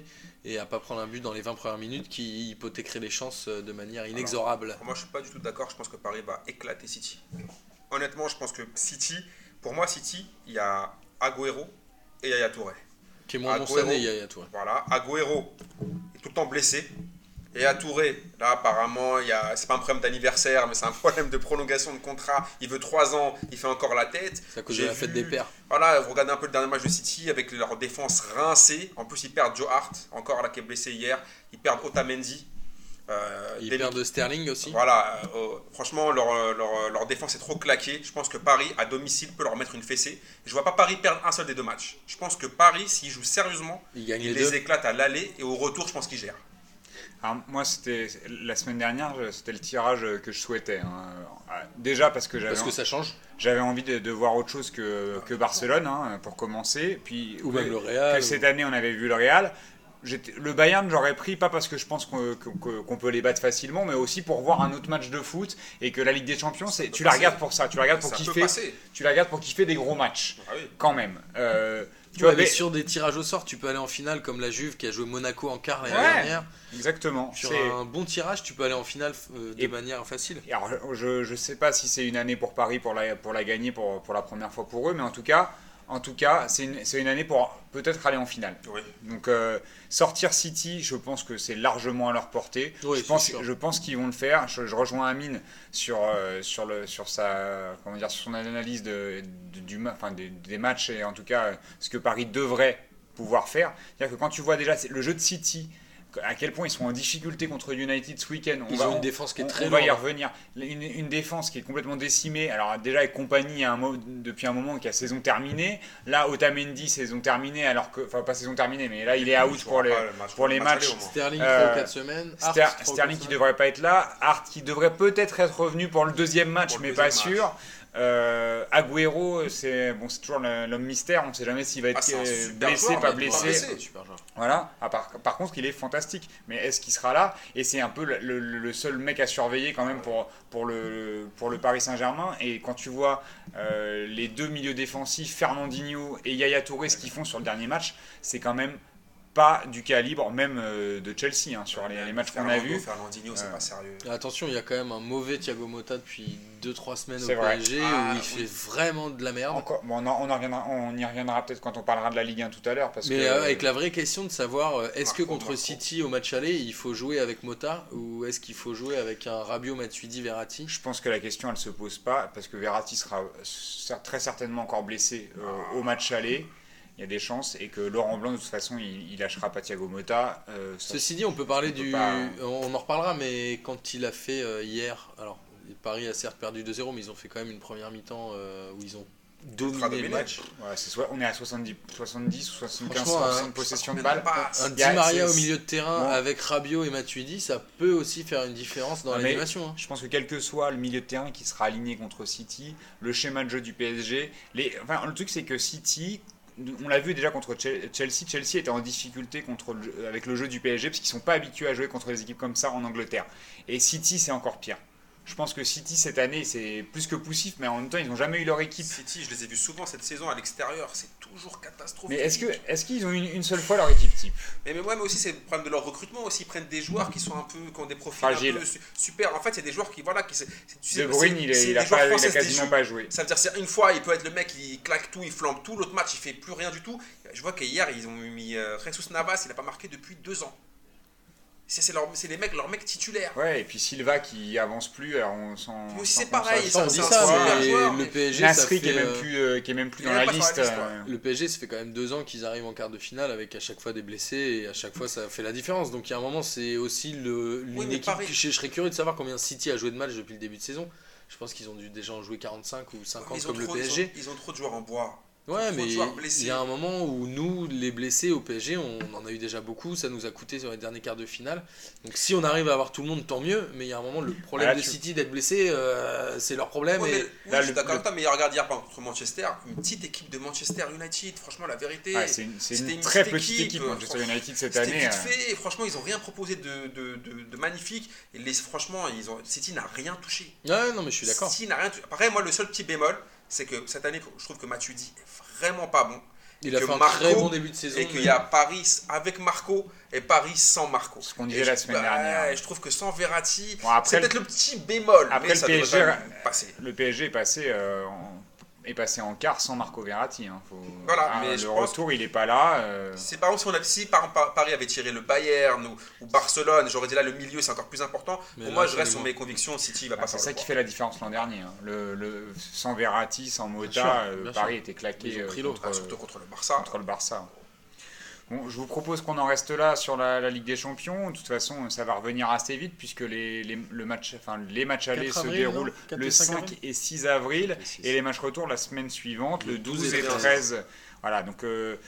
S2: et à pas prendre un but dans les vingt premières minutes qui hypothéquerait les chances de manière inexorable.
S3: Alors, moi, je suis pas du tout d'accord. Je pense que Paris va éclater City. Honnêtement, je pense que City, pour moi, City, il y a Agüero et Yaya Touré.
S2: Qui est moins bon cette année, Yaya Touré.
S3: Voilà, Agüero est tout le temps blessé. Et à Touré, là apparemment, il y a, c'est pas un problème d'anniversaire, mais c'est un problème de prolongation de contrat. Il veut trois ans, il fait encore la tête.
S2: C'est à cause
S3: J'ai
S2: de la
S3: vu,
S2: fête des pères.
S3: Voilà, vous regardez un peu le dernier match de City avec leur défense rincée. En plus, ils perdent Joe Hart, encore là qui est blessé hier. Ils perdent Otamendi.
S2: Euh, ils perdent de Sterling aussi.
S3: Voilà, euh, franchement, leur, leur, leur défense est trop claquée. Je pense que Paris, à domicile, peut leur mettre une fessée. Je vois pas Paris perdre un seul des deux matchs. Je pense que Paris, s'ils jouent sérieusement,
S2: il,
S3: il
S2: les,
S3: les éclate à l'aller et au retour, je pense qu'ils gèrent.
S1: Alors, moi, c'était la semaine dernière, c'était le tirage que je souhaitais. Hein. Déjà parce que j'avais
S2: parce que ça change.
S1: J'avais envie de, de voir autre chose que, que Barcelone, hein, pour commencer. Puis,
S2: ou
S1: que,
S2: même le Real.
S1: Que cette année, on avait vu le Real. Le Bayern, j'aurais pris, pas parce que je pense qu'on, qu'on peut les battre facilement, mais aussi pour voir un autre match de foot et que la Ligue des Champions, c'est, tu passer. la regardes pour ça. Tu la regardes pour kiffer. Tu la regardes pour kiffer des gros matchs, ah oui. quand même. Euh,
S2: Tu vois, mais sur des tirages au sort, tu peux aller en finale comme la Juve qui a joué Monaco en quart l'année ouais, dernière.
S1: Exactement.
S2: Sur c'est... un bon tirage, tu peux aller en finale euh, de et, manière facile.
S1: Et alors, je ne sais pas si c'est une année pour Paris pour la, pour la gagner pour, pour la première fois pour eux, mais en tout cas, en tout cas c'est, une, c'est une année pour peut-être aller en finale.
S3: Oui.
S1: Donc, euh, sortir City, je pense que c'est largement à leur portée.
S2: Oui,
S1: je, pense, je pense qu'ils vont le faire. Je, je rejoins Amine sur, euh, sur, le, sur, sa, comment dire, sur son analyse de, de, du, enfin, des, des matchs et en tout cas ce que Paris devrait pouvoir faire. C'est-à-dire que quand tu vois déjà le jeu de City, à quel point ils sont en difficulté contre United ce week-end. On
S2: ils
S1: va,
S2: ont une défense qui est
S1: on,
S2: très
S1: on
S2: lourde.
S1: va y revenir. Une, une défense qui est complètement décimée. Alors déjà avec Compagnie un mot, depuis un moment qui a saison terminée. Là Otamendi saison terminée alors que enfin pas saison terminée mais là il est out pour les match, pour les matchs.
S2: Sterling euh, trois ou quatre semaines.
S1: Ster, Hart, Sterling qui devrait pas être là. Hart qui devrait peut-être être revenu pour le deuxième match pour mais pas match. sûr. Euh, Agüero, c'est bon, c'est toujours l'homme mystère. On ne sait jamais s'il va être ah, blessé, joueur, pas blessé. blessé. Voilà. Ah, par, par contre, il est fantastique. Mais est-ce qu'il sera là? Et c'est un peu le, le, le seul mec à surveiller quand même pour, pour, le, pour le Paris Saint-Germain. Et quand tu vois euh, les deux milieux défensifs, Fernandinho et Yaya Touré, ce qu'ils font sur le dernier match, c'est quand même pas du calibre même euh, de Chelsea hein, sur les, les matchs qu'on a vus.
S3: Fernandinho, c'est euh, pas sérieux.
S2: Attention, il y a quand même un mauvais Thiago Motta depuis deux trois semaines au
S1: vrai.
S2: P S G ah, où il oui. fait vraiment de la merde.
S1: Encore, bon, on, en, on, en reviendra, on y reviendra peut-être quand on parlera de la Ligue un tout à l'heure. Parce
S2: Mais
S1: que,
S2: euh, avec la vraie question de savoir est-ce que contre City au match aller il faut jouer avec Motta ou est-ce qu'il faut jouer avec un Rabiot, Matuidi, Verratti?
S1: Je pense que la question elle se pose pas parce que Verratti sera très certainement encore blessé euh, au match aller. Il y a des chances et que Laurent Blanc de toute façon il, il lâchera pas Thiago Motta. Euh,
S2: Ceci dit, on peut parler on du, peut pas... on en reparlera, mais quand il a fait euh, hier, alors Paris a certes perdu deux zéro, mais ils ont fait quand même une première mi-temps euh, où ils ont dominé le match.
S1: Ouais, c'est soit, on est à soixante-dix, soixante-dix ou soixante-quinze pour cent de possession de balle.
S2: Un Di Maria au milieu de terrain bon. avec Rabiot et Matuidi, ça peut aussi faire une différence dans non, l'animation. Hein.
S1: Je pense que quel que soit le milieu de terrain qui sera aligné contre City, le schéma de jeu du P S G, les, enfin, le truc c'est que City, on l'a vu déjà contre Chelsea, Chelsea était en difficulté contre le, avec le jeu du P S G parce qu'ils ne sont pas habitués à jouer contre des équipes comme ça en Angleterre. Et City, c'est encore pire. Je pense que City, cette année, c'est plus que poussif, mais en même temps, ils n'ont jamais eu leur équipe.
S3: City, je les ai vus souvent cette saison à l'extérieur, c'est toujours catastrophique.
S1: Mais est-ce, que, est-ce qu'ils ont une, une seule fois leur équipe type?
S3: mais, mais, ouais, mais aussi, c'est le problème de leur recrutement aussi. Ils prennent des joueurs qui sont un peu, qui ont des profils
S1: Fragile.
S3: un peu super. En fait, c'est des joueurs qui, voilà, qui. C'est,
S1: c'est, De Bruyne, il, il, a pas, il a quasiment pas joué.
S3: Ça veut dire, c'est une fois, il peut être le mec, il claque tout, il flambe tout. L'autre match, il fait plus rien du tout. Je vois qu'hier, ils ont mis euh, Jesus Navas, il n'a pas marqué depuis deux ans. C'est, c'est, leur, c'est les mecs, leurs mecs titulaires.
S1: Ouais, et puis Silva qui avance plus, alors on sent.
S3: Mais aussi c'est pareil,
S2: ça, on dit ça, mais joueur,
S1: le P S G, Nasri qui est même plus, euh, qui est même plus dans la liste.
S3: La liste euh...
S2: Le P S G, ça fait quand même deux ans qu'ils arrivent en quart de finale avec à chaque fois des blessés et à chaque fois ça fait la différence. Donc il y a un moment, c'est aussi le, une oui, équipe. Pareil. Je serais curieux de savoir combien City a joué de matchs depuis le début de saison. Je pense qu'ils ont dû déjà en jouer quarante-cinq ou cinquante comme
S3: trop,
S2: le P S G.
S3: Ils ont, ils ont trop de joueurs en bois.
S2: Ouais, mais il y a un moment où nous, les blessés au P S G, on en a eu déjà beaucoup, ça nous a coûté sur les derniers quarts de finale. Donc si on arrive à avoir tout le monde, tant mieux, mais il y a un moment, le problème ah, là, de tu... City d'être blessé, euh, c'est leur problème.
S3: Ouais,
S2: et...
S3: mais, oui, là, je suis d'accord avec toi, mais regarde hier contre Manchester, une petite équipe de Manchester United, franchement, la vérité.
S1: Ah, c'est une, c'est une, une très petite équipe, équipe Manchester United cette
S3: c'était
S1: année.
S3: Vite fait, et franchement, ils n'ont rien proposé de, de, de, de magnifique. Et les, franchement, ils ont, City n'a rien touché.
S2: Ouais, non, mais je suis d'accord.
S3: City n'a rien touché. Pareil, moi, le seul petit bémol, c'est que cette année, je trouve que Matuidi est vraiment pas bon.
S2: Il a
S3: que
S2: fait un
S3: Marco,
S2: très bon début de saison.
S3: et qu'il
S2: mais-
S3: y a Paris avec Marco et Paris sans Marco.
S1: Ce qu'on
S3: Et
S1: disait
S3: je-
S1: la semaine
S3: bah,
S1: dernière.
S3: Je trouve que sans Verratti,
S1: Bon, après
S3: c'est
S1: le-
S3: peut-être le petit bémol,
S1: Après
S3: mais
S1: le
S3: ça devrait
S1: P S G,
S3: quand même passer.
S1: le P S G est passé, euh, en, est passé en quart sans Marco Verratti. Hein. Faut,
S3: Voilà,
S1: ah,
S3: mais
S1: le
S3: je pense
S1: retour, il est pas là. euh,
S3: C'est par exemple si, on a, si par exemple, Paris avait tiré le Bayern ou, ou Barcelone, j'aurais dit là le milieu c'est encore plus important.
S2: Mais
S3: Pour
S2: là,
S3: moi, je
S2: c'est
S3: reste
S2: les
S3: sur
S2: mots.
S3: mes convictions. City va
S1: ah,
S3: pas
S1: c'est
S3: faire
S1: ça
S3: le
S1: qui
S3: poids.
S1: fait la différence l'an dernier. Hein. Le, le- sans Verratti, sans
S2: Bien
S1: Mota,
S2: sûr,
S1: euh,
S2: bien
S1: Paris
S2: sûr.
S1: était claqué
S2: Ils ont
S1: euh,
S2: pris l'eau.
S1: contre,
S3: Ah, surtout contre le Barça.
S1: contre le Barça. Bon, je vous propose qu'on en reste là sur la, la Ligue des Champions. De toute façon, ça va revenir assez vite puisque les, les, le match, enfin, les matchs allés
S2: quatre
S1: se
S2: avril,
S1: déroulent
S2: non quatre
S1: le
S2: et cinq
S1: cinq
S2: avril
S1: et six avril
S2: Et six.
S1: et les matchs retour la semaine suivante, le
S2: Le
S1: douze
S2: douze
S1: et
S2: et treize.
S1: treize. Voilà, donc euh,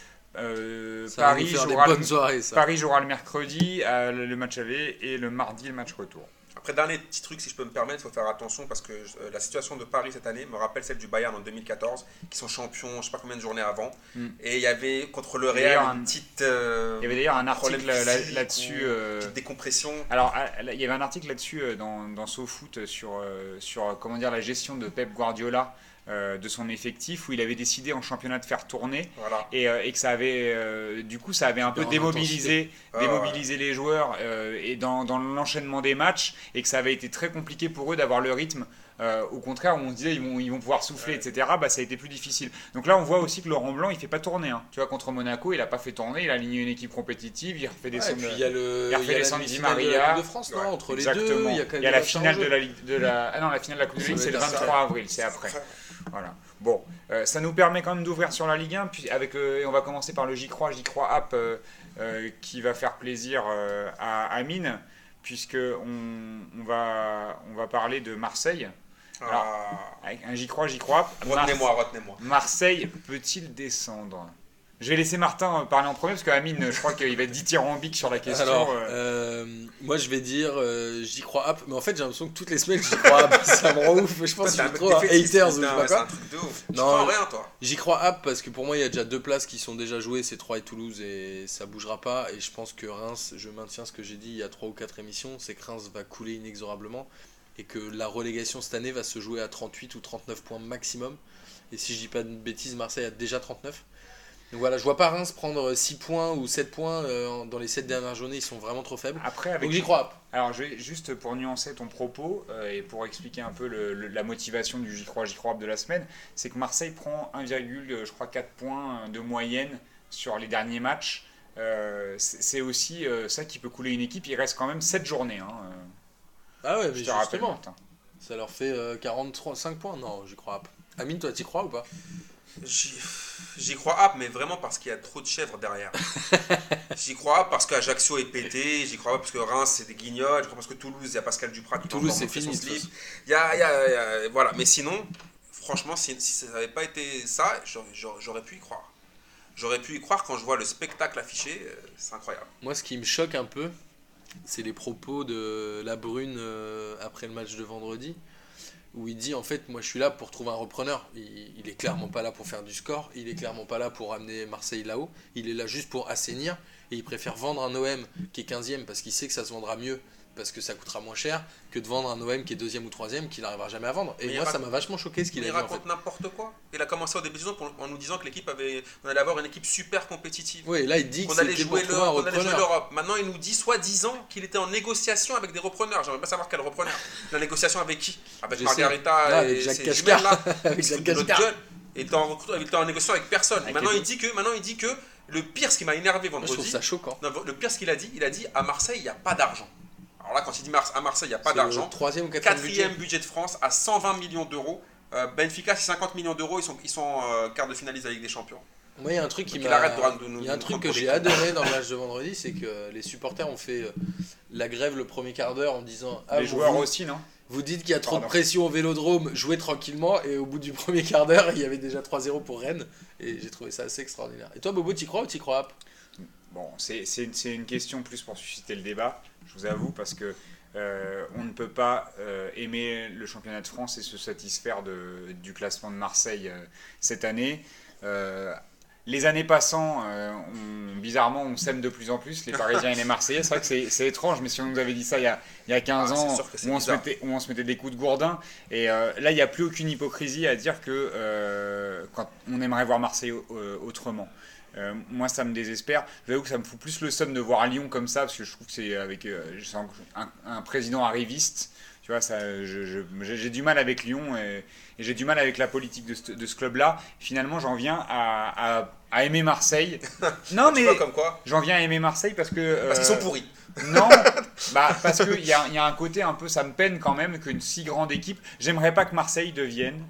S1: euh,
S2: Ça va
S1: Paris,
S2: nous faire des
S1: jouera
S2: bonnes
S1: le,
S2: soirées, ça.
S1: Paris jouera le mercredi, euh, le, le match aller et le mardi le match retour.
S3: Après, dernier petit truc, si je peux me permettre, il faut faire attention parce que euh, la situation de Paris cette année me rappelle celle du Bayern en deux mille quatorze, qui sont champions, je ne sais pas combien de journées avant.
S1: Mm.
S3: Et il y avait contre le
S1: Il y a
S3: Real
S1: un-
S3: une petite. euh,
S1: Il y avait d'ailleurs un
S3: problème
S1: article là-
S3: physique
S1: là-dessus.
S3: ou
S1: euh,
S3: petite décompression.
S1: Alors, ah, il y avait un article là-dessus euh, dans, dans SoFoot sur, euh, sur euh, comment dire, la gestion de Pep Guardiola, euh, de son effectif, où il avait décidé en championnat de faire tourner
S3: Voilà.
S1: et, euh, et que ça avait, euh, du coup, ça avait un peu
S2: en
S1: démobilisé,
S3: Ah,
S1: démobilisé les joueurs euh, et dans, dans l'enchaînement des matchs et que ça avait été très compliqué pour eux d'avoir le rythme. Euh, au contraire, où on se disait ils vont, ils vont pouvoir souffler,
S3: Ouais.
S1: et cetera. Bah, ça a été plus difficile. Donc là, on voit aussi que Laurent Blanc, il fait pas tourner. Hein. Tu vois, contre Monaco, il a pas fait tourner. Il a aligné une équipe compétitive. Il refait des
S2: Ouais, et
S1: sons
S2: puis
S1: de-
S2: il y a le
S1: il a refait
S2: il y a
S1: les
S2: la
S1: Sandy
S2: demi-finale de la
S1: Maria.
S2: Coupe de France, non,
S3: Ouais,
S2: entre les
S1: Exactement.
S2: deux, il y a quand même
S1: Il y a
S2: des
S1: la
S2: matchs en
S1: finale
S2: jeu.
S1: de la Ligue de la ah non la finale de la Coupe de
S2: Ça
S1: Ligue
S2: va
S1: c'est le
S2: être ça.
S1: vingt-trois avril, c'est après. Voilà. Bon, euh, ça nous permet quand même d'ouvrir sur la Ligue un puis avec euh, et on va commencer par le J'y crois, J'y crois app euh, euh, qui va faire plaisir euh, à Amine puisque on, on va on va parler de Marseille Alors,
S3: Ah,
S1: avec un J'y crois, J'y crois. Mar-
S3: retenez-moi, retenez-moi.
S1: Marseille peut-il descendre? Je vais laisser Martin euh, parler en premier parce que Amine, je crois qu'il va être dithyrambique sur la question.
S2: Alors,
S1: euh.
S2: euh, moi je vais dire euh, j'y crois app, mais en fait j'ai l'impression que toutes les semaines j'y crois app, ça me rend ouf. Je pense que je
S3: Toi,
S2: suis
S3: t'es
S2: trop un
S3: défaitiste,
S2: haters ou je
S3: putain,
S2: sais
S3: ouais,
S2: pas
S3: c'est un
S2: quoi.
S3: truc de ouf. Tu
S2: Non,
S3: crois en rien, toi.
S2: J'y crois app parce que pour moi il y a déjà deux places qui sont déjà jouées, c'est Troyes et Toulouse et ça bougera pas. Et je pense que Reims, je maintiens ce que j'ai dit il y a trois ou quatre émissions, c'est que Reims va couler inexorablement et que la relégation cette année va se jouer à trente-huit ou trente-neuf points maximum. Et si je dis pas de bêtises, Marseille a déjà trente-neuf. Donc voilà, je vois pas Reims prendre six points ou sept points euh, dans les sept dernières journées, ils sont vraiment trop faibles.
S1: Après, avec
S2: Donc j'y crois app.
S1: Alors, je vais, juste pour nuancer ton propos euh, et pour expliquer un peu le- le- la motivation du J'y crois, J'y crois de la semaine, c'est que Marseille prend un virgule quatre points de moyenne sur les derniers matchs. Euh, c'est c'est aussi euh, ça qui peut couler une équipe. Il reste quand même sept journées. Hein, euh,
S2: Ah ouais,
S1: je
S2: mais
S1: te rappelle,
S2: justement,
S1: Martin.
S2: ça leur fait euh, quarante-trois cinq points. Non, j'y crois app. Amine, toi, t'y crois ou pas?
S3: J'y j'y crois app, mais vraiment parce qu'il y a trop de chèvres derrière. J'y crois app parce qu'Ajaccio est pété, j'y crois pas parce que Reims c'est des guignols, j'y crois parce que Toulouse, il y a Pascal Duprat qui va
S2: Toulouse,
S3: encore
S2: c'est
S3: montrer
S2: fini,
S3: son
S2: de toute
S3: slip. Il y a, il y a- il y a- voilà, mais sinon, franchement, si, si ça n'avait pas été ça, j'aurais- j'aurais j'aurais pu y croire. J'aurais pu y croire quand je vois le spectacle affiché, euh, c'est incroyable.
S2: Moi, ce qui me choque un peu, c'est les propos de La Brune euh, après le match de vendredi, où il dit en fait, moi je suis là pour trouver un repreneur. Il, il est clairement pas là pour faire du score, il est clairement pas là pour amener Marseille là-haut, il est là juste pour assainir et il préfère vendre un O M qui est quinzième parce qu'il sait que ça se vendra mieux, parce que ça coûtera moins cher, que de vendre un O M qui est deuxième ou troisième qu'il n'arrivera jamais à vendre. Et
S3: Mais il
S2: moi, ça
S3: raconte-
S2: m'a vachement choqué ce qu'il
S3: Il
S2: a dit en fait.
S3: raconte n'importe quoi. Il a commencé au début de saison pour- en nous disant que l'équipe avait, on allait avoir une équipe super compétitive.
S2: Oui, là il dit que
S3: On allait
S2: c'était pour
S3: jouer
S2: trouver un
S3: l'Europe. on allait jouer
S2: repreneur.
S3: l'Europe. Maintenant, il nous dit soi-disant qu'il était en négociation avec des repreneurs. J'aimerais pas savoir quel repreneur. La négociation avec qui? Avec
S2: Je
S3: Margarita
S2: sais. Ah,
S3: et
S2: avec Jacques
S3: ses
S2: Cascar.
S3: jumelles, là.
S2: Avec
S3: Ils se
S2: Jacques
S3: foutent de notre
S2: Cascar.
S3: gueule. Il était en, recrut- il était en négociation avec personne.
S1: Avec
S3: maintenant,
S1: les
S3: il dit que, maintenant, il dit que le pire, ce qui m'a énervé
S2: Moi, je trouve
S3: vendredi,
S2: ça choquant.
S3: non, le pire, ce qu'il a dit, il a dit à Marseille, il n'y a pas d'argent. Alors là, quand il dit Mars- à Marseille, il n'y a pas
S2: C'est le
S3: d'argent.
S2: troisième ou quatrième budget.
S3: Quatrième budget de France à cent vingt millions d'euros. Euh, Benfica, c'est cinquante millions d'euros. Ils sont, ils sont euh, quart de finaliste de la Ligue des Champions.
S2: Moi, il y a un truc qui
S3: Donc, il
S2: m'a.
S3: arrête de- de nous-
S2: Il y a un
S3: de nous
S2: truc
S3: prendre
S2: que
S3: pour des
S2: j'ai
S3: cons.
S2: adoré dans le match de vendredi, c'est que les supporters ont fait euh, la grève le premier quart d'heure en disant ah,
S1: Les
S2: bon,
S1: joueurs
S2: vous,
S1: aussi, non?
S2: vous dites qu'il y a trop
S1: Pardon.
S2: de pression au Vélodrome, jouez tranquillement, et au bout du premier quart d'heure, il y avait déjà trois zéro pour Rennes, et j'ai trouvé ça assez extraordinaire. Et toi, Bobo, t'y crois ou t'y crois?
S1: Bon, c'est c'est une, c'est une question plus pour susciter le débat, je vous avoue, parce que euh, on ne peut pas euh, aimer le championnat de France et se satisfaire de, du classement de Marseille euh, cette année. Euh, les années passant, euh, on, bizarrement, on s'aime de plus en plus, les Parisiens et les Marseillais. C'est vrai que c'est, c'est étrange, mais si on nous avait dit ça il y a, il y a quinze
S3: Ah,
S1: ans,
S3: c'est sûr que c'est
S1: où on, se
S3: bizarre.
S1: mettait, où on se mettait des coups de gourdin, et euh, là, il n'y a plus aucune hypocrisie à dire que euh, quand on aimerait voir Marseille euh, autrement. Euh, moi, ça me désespère. J'avoue que ça me fout plus le seum de voir Lyon comme ça, parce que je trouve que c'est avec euh, c'est un, un- un président arriviste. Tu vois, ça, je- je- j'ai j'ai du mal avec Lyon et, et j'ai du mal avec la politique de ce, de ce club-là. Finalement, j'en viens à, à- à aimer Marseille. Non,
S3: Tu
S1: mais
S3: vois comme quoi?
S1: j'en viens à aimer Marseille parce que.
S3: Parce qu'ils
S1: euh,
S3: sont pourris.
S1: Non, bah, parce qu'il y a, il y a un côté un peu, ça me peine quand même qu'une si grande équipe. J'aimerais pas que Marseille devienne.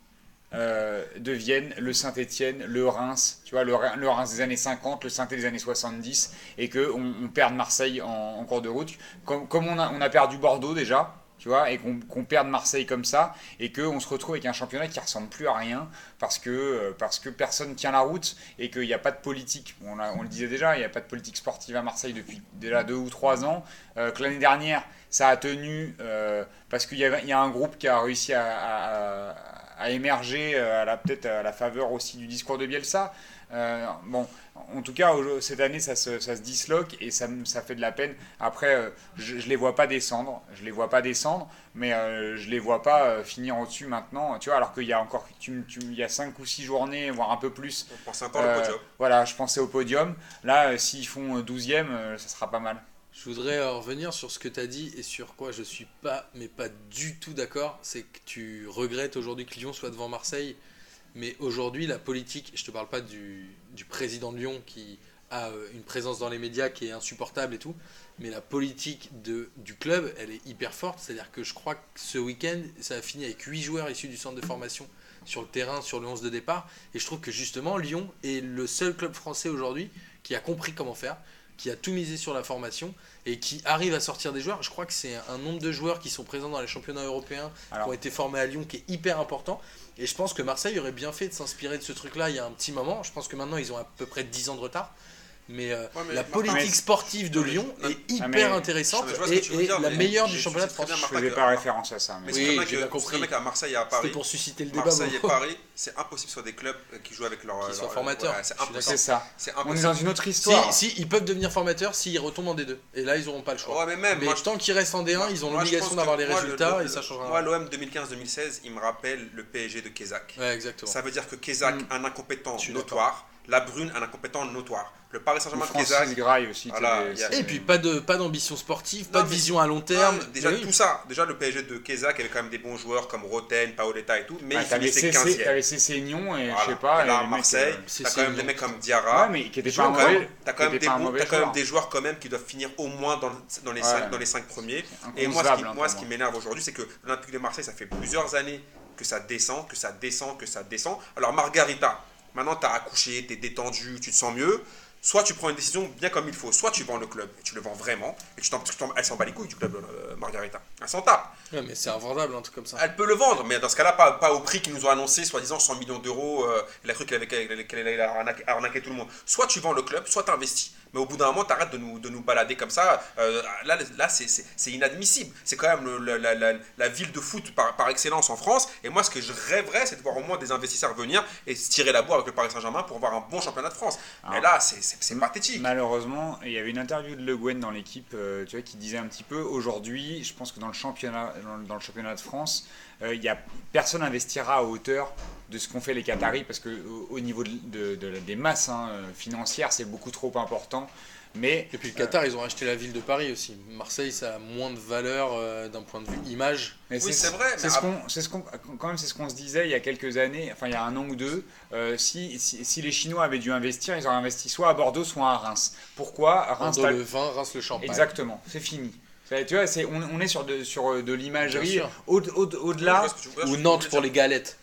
S1: euh, devienne le Saint-Étienne, le Reims, tu vois, le, Re- le Reims des années cinquante, le Saint-Étienne des années soixante-dix, et qu'on on perde Marseille en, en cours de route, comme, comme on, a, on a perdu Bordeaux déjà, tu vois, et qu'on qu'on perde Marseille comme ça, et qu'on se retrouve avec un championnat qui ressemble plus à rien, parce que, euh, parce que personne tient la route, et qu'il n'y a pas de politique. On, l'a- on le disait déjà, il n'y a pas de politique sportive à Marseille depuis déjà deux ou trois ans, euh, que l'année dernière, ça a tenu, euh, parce qu'il y, avait- il y a un groupe qui a réussi à, à- à- à émerger, euh, à la, peut-être à la faveur aussi du discours de Bielsa. Euh, bon, en tout cas, au- cette année, ça se, ça se disloque et ça, me- ça fait de la peine. Après, euh, je, je les vois pas descendre, je les vois pas descendre, mais euh, je les vois pas euh, finir au-dessus maintenant. Tu vois, alors qu'il y a encore, tu, tu- il y a cinq ou six journées, voire un peu plus.
S3: On pense encore
S1: euh,
S3: le podium.
S1: Voilà, je pensais au podium. Là, euh, s'ils font douzième, euh, ça sera pas mal.
S2: Je voudrais euh, revenir sur ce que tu as dit et sur quoi je suis pas, mais pas du tout d'accord. C'est que tu regrettes aujourd'hui que Lyon soit devant Marseille. Mais aujourd'hui, la politique, je te parle pas du, du président de Lyon qui a euh, une présence dans les médias qui est insupportable et tout, mais la politique de, du club, elle est hyper forte. C'est-à-dire que je crois que ce week-end, ça a fini avec huit joueurs issus du centre de formation sur le terrain, sur le onze de départ. Et je trouve que justement, Lyon est le seul club français aujourd'hui qui a compris comment faire, qui a tout misé sur la formation et qui arrive à sortir des joueurs. Je crois que c'est un nombre de joueurs qui sont présents dans les championnats européens,
S1: Alors,
S2: qui ont été formés à Lyon, qui est hyper important. Et je pense que Marseille aurait bien fait de s'inspirer de ce truc-là il y a un petit moment. Je pense que maintenant, ils ont à peu près dix ans de retard. Mais, euh,
S3: Ouais, mais
S2: la
S3: Martin-
S2: politique
S1: mais-
S2: sportive de
S3: Non, mais-
S2: Lyon
S3: non,
S2: est hyper
S1: mais-
S2: intéressante
S3: Non, mais je vois ce que
S2: et,
S3: tu veux
S2: et
S3: dire,
S2: la
S3: mais-
S2: meilleure
S3: mais
S2: du
S3: tu
S2: championnat de
S3: sais très
S2: France.
S3: bien,
S1: je
S3: Martin,
S1: faisais
S3: que-
S1: pas référence à ça.
S3: Mais
S1: Mais
S3: c'est
S2: Oui,
S3: très bien
S2: j'ai
S3: que-
S2: bien
S3: c'est
S2: compris.
S3: très bien qu'à Marseille et à
S2: C'était
S3: Paris,
S2: pour susciter le débat.
S3: Marseille et
S2: bon.
S3: Paris, c'est impossible sur des clubs qui jouent avec leur.
S2: Qui
S3: leur-
S2: soient formateurs.
S3: ouais, c'est
S2: Je suis
S3: impossible.
S1: c'est ça.
S3: C'est
S1: On est
S3: impossible.
S1: dans une autre
S2: Si,
S1: histoire.
S2: si, ils peuvent devenir formateurs s'ils retombent en D deux. Et là, ils n'auront pas le choix.
S3: Ouais, mais même.
S2: Mais
S3: moi, je-
S2: tant qu'ils restent en D un, ils ont
S3: moi, je
S2: l'obligation
S3: pense
S2: d'avoir
S3: que
S2: les
S3: moi, le-
S2: résultats
S3: le-
S2: et ça changera.
S3: Moi, l'O M deux mille quinze deux mille seize, il me rappelle le P S G de Kézak.
S2: Ouais, exactement.
S3: Ça veut dire que Kézak,
S1: Mm.
S3: un incompétent
S2: Je suis
S3: notoire. La Brune, un incompétent notoire. Le Paris
S1: Ou
S3: Saint-Germain,
S1: Francis
S3: Kézak.
S1: Graille aussi.
S3: Voilà,
S1: t'es-
S3: il y a-
S1: c'est-
S2: Et puis pas de pas d'ambition sportive, pas
S3: Non,
S2: de
S3: mais-
S2: vision à long terme.
S3: Non, mais déjà
S2: Mais oui.
S3: tout ça, déjà le P S G de Kézak avait quand même des bons joueurs comme Roten, Paoletta et tout, mais
S1: Ah,
S3: il
S1: t'avais
S3: finissait
S1: Cessé-
S3: quinzième.
S1: t'avais Cessé Nyon et
S3: Voilà.
S1: je sais pas.
S3: Et là,
S1: et
S3: à
S1: les mecs,
S3: Marseille,
S1: euh,
S2: C'est-
S3: t'as
S2: c'est
S3: quand même
S2: une
S3: des mecs
S2: honte.
S3: comme Diarra.
S1: Ouais, mais qui était
S3: Tu
S1: pas
S3: as
S1: un
S3: quand même,
S1: mauvais.
S3: t'as
S1: qui
S3: quand même
S1: était
S3: des
S1: pas un
S3: bons-
S1: mauvais
S3: t'as quand même
S1: joueur.
S3: des joueurs quand même qui doivent finir au moins dans, dans les
S1: Ouais.
S3: cinq dans les cinq premiers. Et moi, ce qui,
S1: Inconcevable, hein,
S3: moi,
S1: pour
S3: ce qui
S1: moi.
S3: m'énerve aujourd'hui, c'est que l'Olympique de Marseille, ça fait plusieurs années que ça descend, que ça descend, que ça descend. Alors Margarita, maintenant t'as accouché, t'es détendu, tu te sens mieux. Soit tu prends une décision bien comme il faut, soit tu vends le club et tu le vends vraiment, et tu t'en, tu t'en- elle s'en bat les couilles du club, euh, Margarita. Elle s'en tape.
S2: Ouais, mais c'est invendable un truc comme ça.
S3: Elle peut le vendre, mais dans ce cas-là, pas, pas au prix qu'ils nous ont annoncé, soi-disant cent millions d'euros. Euh, elle a cru qu'elle avait, qu'elle- qu'elle allait arnaquer, arnaquer tout le monde. Soit tu vends le club, soit tu investis. Mais au bout d'un moment, tu arrêtes de nous, de nous balader comme ça. Euh, là, là c'est, c'est, c'est inadmissible. C'est quand même le- la, la- la- la ville de foot par, par excellence en France. Et moi, ce que je rêverais, c'est de voir au moins des investisseurs venir et se tirer la bourre avec le Paris Saint-Germain pour avoir un bon championnat de France. Mais
S1: Ah.
S3: là, c'est, c'est, c'est pathétique.
S1: Malheureusement, il y avait une interview de Le Guen dans l'équipe, euh, tu vois, qui disait un petit peu aujourd'hui, je pense que dans le championnat, dans, le- dans le championnat de France, euh, il y a, personne n'investira à hauteur de ce qu'ont fait les Qataris parce que au, au niveau de, de- de- des masses hein, euh, financières, c'est beaucoup trop important. Mais
S2: Et puis le Qatar, ils ont acheté la ville de Paris aussi. Marseille, ça a moins de valeur euh, d'un point de vue image.
S1: Mais
S3: Oui, c'est vrai,
S1: C'est
S3: mais
S1: ce
S3: ap-
S1: qu'on, c'est ce qu'on, quand même, c'est ce qu'on se disait il y a quelques années, enfin il y a un an ou deux. euh, si, si, si les Chinois avaient dû investir, ils auraient investi soit à Bordeaux, soit à Reims. Pourquoi Reims
S2: Bordeaux
S1: t'as-
S2: le vin, Reims le champagne.
S1: Exactement, c'est fini. Ça, tu vois, c'est, on, on est sur de, sur de l'imagerie.
S2: Bien sûr.
S1: Au, au,
S3: Je
S1: au-delà,
S3: vois ce que tu- je vois ce
S2: Ou
S3: que tu
S2: Nantes
S3: voulais
S2: pour
S3: dire.
S2: les galettes.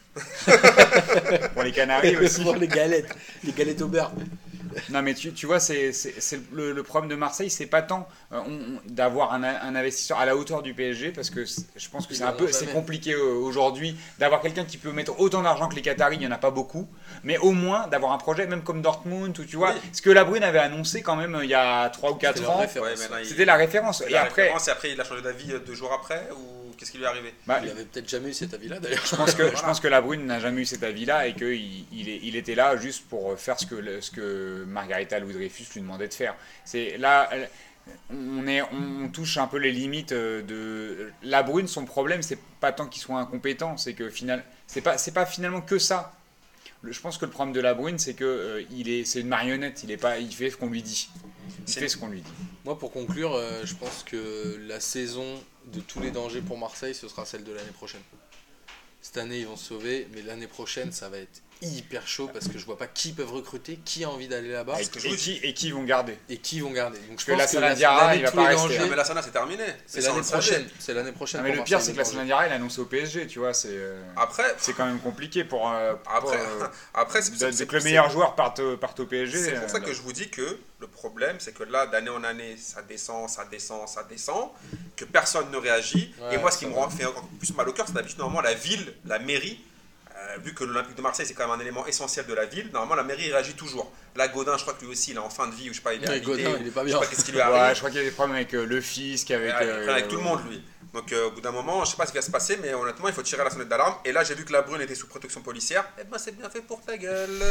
S1: pour les Canaries aussi.
S2: pour les galettes. Les galettes au beurre.
S1: Non mais tu, tu vois, c'est, c'est, c'est le, le problème de Marseille, c'est pas tant euh, on- on- d'avoir un, un investisseur à la hauteur du P S G, parce que c'est- je pense que
S2: Ils
S1: c'est un
S2: l'auront
S1: peu, c'est
S2: jamais.
S1: compliqué euh, aujourd'hui d'avoir quelqu'un qui peut mettre autant d'argent que les Qataris, il y en a pas beaucoup, mais au moins d'avoir un projet, même comme Dortmund, ou tu vois,
S3: Oui.
S1: ce que la Brune avait annoncé quand même euh, il y a trois ou quatre
S2: C'était leur
S1: ans,
S2: référence.
S3: Ouais, mais là, il-
S1: c'était la référence.
S3: c'est
S1: Et
S3: la
S1: après,
S3: référence, et après, il a changé d'avis euh, deux jours après ou qu'est-ce qui lui est arrivé?
S1: Bah,
S2: Il avait peut-être jamais eu cet avis-là d'ailleurs.
S1: je pense que
S3: Voilà.
S1: je pense que La Brune n'a jamais eu cet avis-là et qu'il il, est- il était là juste pour faire ce que le- ce que Margarita Louis-Dreyfus lui demandait de faire. C'est là. On, est, on touche un peu les limites de La Brune. Son problème, c'est pas tant qu'il soit incompétent, c'est que final, c'est pas, c'est pas finalement que ça. Le- je pense que le problème de La Brune, c'est que euh, il est, c'est une marionnette. Il est pas, il fait ce qu'on lui dit. Il
S3: C'est-
S1: fait ce qu'on lui dit.
S2: Moi, pour conclure, euh, je pense que la saison de tous les dangers pour Marseille, ce sera celle de l'année prochaine. Cette année, ils vont se sauver, mais l'année prochaine, ça va être hyper chaud parce que je vois pas qui peuvent recruter, qui a envie d'aller là-bas
S1: Et,
S3: que je
S1: et
S3: vous
S1: qui, et qui vont garder.
S2: et qui vont garder. Donc je
S1: que
S2: pense
S1: la
S2: que
S1: Sana
S2: la-
S1: Diarra,
S2: l'année
S1: il va
S2: de
S1: pas
S2: tous les
S1: rester.
S2: dangers,
S3: Ah, mais là, ça, là, c'est terminé.
S2: c'est
S3: Mais ça, on
S2: l'année
S3: le savait.
S2: prochaine. C'est l'année prochaine.
S1: Ah, mais
S2: pour
S1: le pire,
S2: Marseille,
S1: c'est que la
S2: les
S1: Sana
S2: dangers.
S1: Diarra, il annonce au P S G, tu vois. C'est, euh,
S3: Après,
S1: c'est quand même compliqué pour. euh, pour,
S3: après,
S1: euh,
S3: après c'est
S1: de-
S3: c'est-
S1: de-
S3: c'est-
S1: que le
S3: c'est-
S1: meilleur joueur parte, au- parte au P S G.
S3: C'est pour ça
S1: euh,
S3: que je vous dis que le problème, c'est que là, d'année en année, ça descend, ça descend, ça descend, que personne ne réagit.
S2: Ouais,
S3: et moi, ce qui
S2: ça
S3: me
S2: va.
S3: rend- fait encore plus mal au cœur, c'est d'habitude, normalement, la ville, la mairie, euh, vu que l'Olympique de Marseille, c'est quand même un élément essentiel de la ville, normalement, la mairie réagit toujours. Là, Godin, je crois que lui aussi, il est en fin de vie, ou je sais pas, il est
S2: Ouais,
S3: habité,
S2: Godin,
S3: ou
S2: il est pas
S3: je
S2: bien.
S3: sais pas qu'est-ce qui lui
S1: Ouais,
S3: arrive.
S1: je crois qu'il y a des problèmes avec euh, le fisc, avec.
S3: Ouais, il est
S1: euh,
S3: avec tout le monde, lui. Donc, euh, au bout d'un moment, je sais pas ce qui va se passer, mais honnêtement, il faut tirer la sonnette d'alarme. Et là, j'ai vu que la Brune était sous protection policière. Eh ben, c'est bien fait pour ta gueule.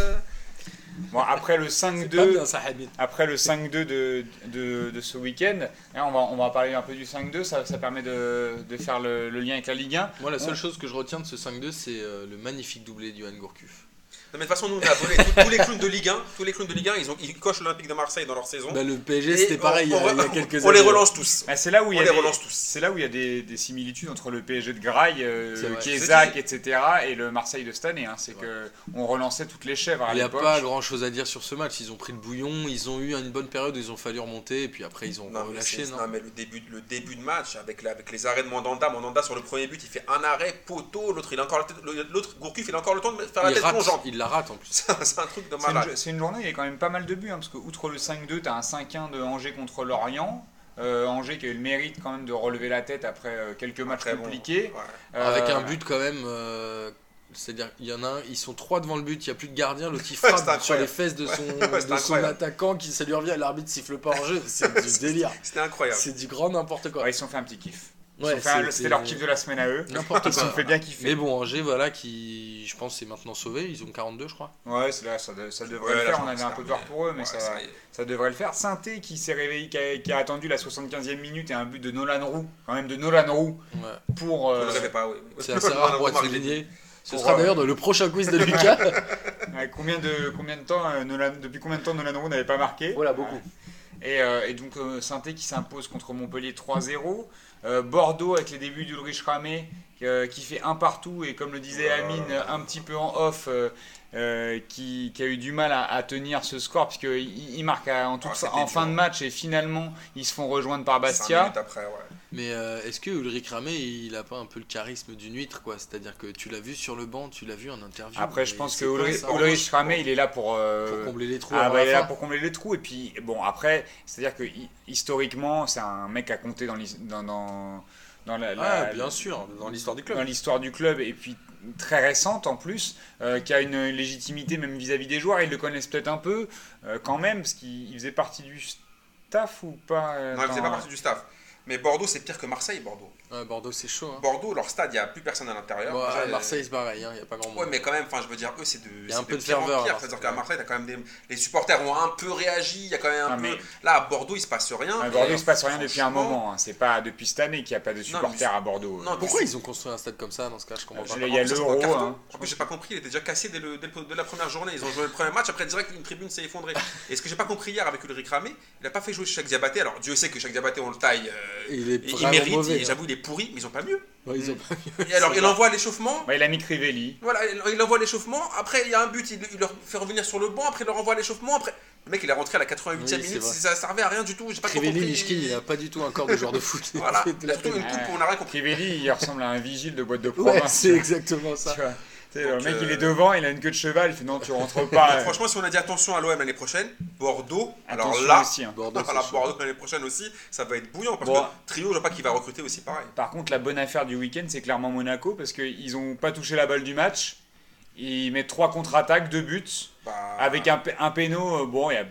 S1: Bon, après le
S2: C'est
S1: cinq
S2: pas
S1: deux.
S2: bien, ça, Hamid.
S1: Après le cinq deux de, de, de ce week-end, hein, on, va, on va parler un peu du cinq deux, ça, ça permet de, de faire le, le lien avec la Ligue un.
S2: Moi, la seule
S1: Ouais.
S2: chose que je retiens de ce cinq deux, c'est euh, le magnifique doublé d'Yoann Gourcuff.
S3: Non, mais de toute façon, nous, on a abonné tous, tous les clowns de Ligue un. Tous les clowns de Ligue un, ils, ont, ils cochent l'Olympique de Marseille dans leur saison.
S2: Bah, le P S G,
S3: Et
S2: c'était pareil il y,
S3: on,
S2: a, il y a
S3: on-
S2: quelques
S3: on
S2: années.
S3: les relance tous.
S1: Ah, c'est là où il y
S3: On
S1: a
S3: les
S1: des,
S3: relance tous.
S1: c'est là où il y a des, des similitudes entre le P S G de Graille, euh,
S2: C'est vrai.
S1: Kézak,
S3: C'est
S1: et cetera, et le Marseille de cette année. Hein. C'est
S2: C'est
S1: que on relançait toutes les chèvres à
S2: Il n'y a
S1: l'époque.
S2: pas grand chose à dire sur ce match. Ils ont pris le bouillon, ils ont eu une bonne période où ils ont fallu remonter, et puis après ils ont
S3: Non, mais,
S2: relâché.
S3: c'est-
S2: Non
S3: non, mais le début, le début de match, avec, la- avec les arrêts de Mandanda, Mandanda sur le premier but, il fait un arrêt, poteau, l'autre, il a encore la tête, le- l'autre, Gourcuff, il a encore le temps de faire la
S2: il,
S3: tête
S2: rate,
S3: plongeante.
S2: il la rate en plus.
S3: C'est un, c'est un truc de
S1: C'est une,
S3: malade.
S1: c'est une journée, il y a quand même pas mal de buts, hein, parce que outre le cinq deux, tu as un cinq un de Angers contre Lorient. Euh, Angers qui a eu le mérite quand même de relever la tête après euh, quelques matchs
S3: Après, bon,
S1: compliqués.
S3: ouais.
S1: Euh,
S2: Avec un but quand même. euh, C'est-à-dire, il y en a un, ils sont trois devant le but, il n'y a plus de gardien, l'autre il
S3: Ouais,
S2: frappe
S3: c'est incroyable.
S2: sur les fesses de son,
S3: Ouais, c'est
S2: de son
S3: incroyable.
S2: attaquant, qui ça lui revient, l'arbitre siffle pas en jeu. C'est du délire.
S3: C'était incroyable.
S2: C'est du grand n'importe quoi.
S1: ouais, ils se sont fait un petit kiff. Ils
S2: Ouais,
S1: se sont fait un-
S2: c'est-
S1: C'était leur kiff de la semaine à eux.
S2: N'importe
S1: Ils se sont
S2: quoi.
S1: fait bien kiffer.
S2: Mais bon, Angers, voilà, qui, je pense, c'est maintenant sauvé. Ils ont quarante-deux, je crois.
S1: Ouais, c'est là, ça, de- ça devrait
S3: Ouais,
S1: le
S3: là,
S1: faire.
S3: je
S1: On
S3: pense
S1: avait
S3: que
S1: un
S3: c'est
S1: peu peur
S3: terminé.
S1: pour eux, mais
S3: Ouais,
S1: ça,
S3: ça y est.
S1: ça devrait le faire. Sainté qui s'est réveillé, qui a, qui a attendu la soixante-quinzième minute et un but de Nolan Roux, quand même de Nolan Roux,
S2: Ouais.
S1: pour.
S3: Je
S1: euh,
S3: ne rêvais pas, oui.
S2: C'est assez rare pour être souligné. Ce
S1: Pour,
S2: sera
S1: euh,
S2: d'ailleurs dans le prochain quiz de Lucas.
S1: ouais, combien, de, combien de temps, euh, Nolan, depuis combien de temps Nolan Roux n'avait pas marqué?
S2: Voilà, beaucoup.
S1: Et, euh, et donc euh, Sainté qui s'impose contre Montpellier trois zéro. Euh, Bordeaux avec les débuts d'Ulrich Ramé euh, qui fait un partout et comme le disait Amine un petit peu en off euh, euh, qui, qui a eu du mal à, à tenir ce score puisqu'il il marque à- en, toute
S3: Ah,
S1: fin-
S3: c'était
S1: en
S3: dur.
S1: fin de match et finalement ils se font rejoindre par
S3: Cinq
S1: Bastia.
S3: minutes après, ouais.
S2: Mais euh, est-ce que Ulrich Ramé, il a pas un peu le charisme d'une huître, quoi? C'est-à-dire que tu l'as vu sur le banc, tu l'as vu en interview.
S1: Après je
S2: et
S1: pense
S2: c'est
S1: que
S2: quoi,
S1: Ulrich,
S2: ça
S1: Ulrich Ramé il est là pour, euh,
S2: Pour combler les trous.
S1: ah,
S2: avant
S1: bah,
S2: la
S1: il est là
S2: fin.
S1: pour combler les trous et puis bon après c'est à dire que hi- historiquement c'est un mec à compter dans l'his- dans, dans, dans la, la-
S2: Ah, bien sûr, dans l'histoire du club.
S1: dans l'histoire du club et puis très récente en plus, euh, qui a une légitimité même vis-à-vis des joueurs. Ils le connaissent peut-être un peu euh, quand même, parce qu'il il faisait partie du staff ou pas euh,
S3: Non, il faisait
S1: attends,
S3: pas partie du staff. Mais Bordeaux, c'est pire que Marseille, Bordeaux.
S2: Ouais, Bordeaux, c'est chaud. Hein.
S3: Bordeaux, leur stade, il n'y a plus personne à l'intérieur.
S2: Ouais,
S3: Déjà,
S2: Marseille, c'est pareil, il n'y a pas grand monde.
S3: Ouais, mais quand même, enfin, je veux dire, eux, c'est de.
S2: Il y a un
S3: c'est
S2: peu de
S3: pire en
S2: ferveur,
S3: pire.
S2: alors,
S3: C'est-à-dire
S2: c'est
S3: qu'à
S2: vrai.
S3: Marseille, t'as quand même des. Les supporters ont un peu réagi, il y a quand même un
S1: Ah,
S3: peu.
S1: mais-
S3: Là, à Bordeaux, il se passe rien.
S1: À
S3: Et,
S1: Bordeaux,
S3: euh,
S1: il se passe rien depuis un
S3: franchement,
S1: moment. Hein. C'est pas depuis cette année qu'il n'y a pas de supporters à Bordeaux.
S3: Non,
S2: Pourquoi ils ont construit un stade comme ça dans ce cas? Je comprends
S1: Je
S2: pas.
S1: l'ai- il y a
S3: En plus, ça se
S1: l'Euro,
S3: voit au carton.
S1: hein.
S3: En plus, j'ai pas compris, il était déjà cassé dès, le, dès, le- dès la première journée. Ils ont joué le premier match, après direct une tribune s'est effondrée. Et ce que j'ai pas compris hier avec Ulrich Ramé, il a pas fait jouer Cheikh Diabaté. Alors Dieu sait que Cheikh Diabaté on le taille, euh,
S2: Il est
S3: il, il
S2: vraiment
S3: mérite.
S2: mauvais,
S3: et
S2: hein.
S3: J'avoue, il est pourri, mais ils ont pas mieux.
S2: Ouais, ils ont pas mieux.
S3: Et alors il envoie à l'échauffement.
S1: Bah, il a mis Crivelli.
S3: Voilà, il il envoie à l'échauffement. Après, il y a un but, il, il leur fait revenir sur le banc. Après, il leur envoie à l'échauffement. Après, le mec, il est rentré à la quatre-vingt-huitième
S2: Oui, c'est
S3: minute.
S2: vrai.
S3: Ça servait à rien du tout. J'ai pas trop
S2: Crivelli,
S3: compris.
S2: Mishkin, il a pas du tout un corps de joueur de foot.
S3: Voilà,
S2: C'est de
S3: il
S2: la
S3: a surtout
S2: peine.
S3: une coupe où on a rien compris.
S1: Crivelli, il ressemble à un vigile de boîte de
S2: Ouais,
S1: province.
S2: c'est exactement ça.
S1: Tu vois. Tu sais, le
S3: Donc,
S1: mec, il
S3: euh,
S1: est devant, il a une queue de cheval. Il fait non, tu rentres pas.
S3: Donc, franchement, si on a dit attention à l'O M l'année prochaine, Bordeaux, alors
S1: Attention
S3: là,
S1: aussi, hein.
S2: Bordeaux,
S3: voilà,
S2: c'est chaud.
S3: Bordeaux l'année prochaine aussi, ça va être bouillant. Parce
S1: Bon.
S3: que Trio, je vois pas qu'il va recruter aussi pareil.
S1: Par contre, la bonne affaire du week-end, c'est clairement Monaco parce qu'ils n'ont pas touché la balle du match. Ils mettent trois contre-attaques, deux buts.
S3: Bah,
S1: Avec un, p- un péno, euh, bon, il y a,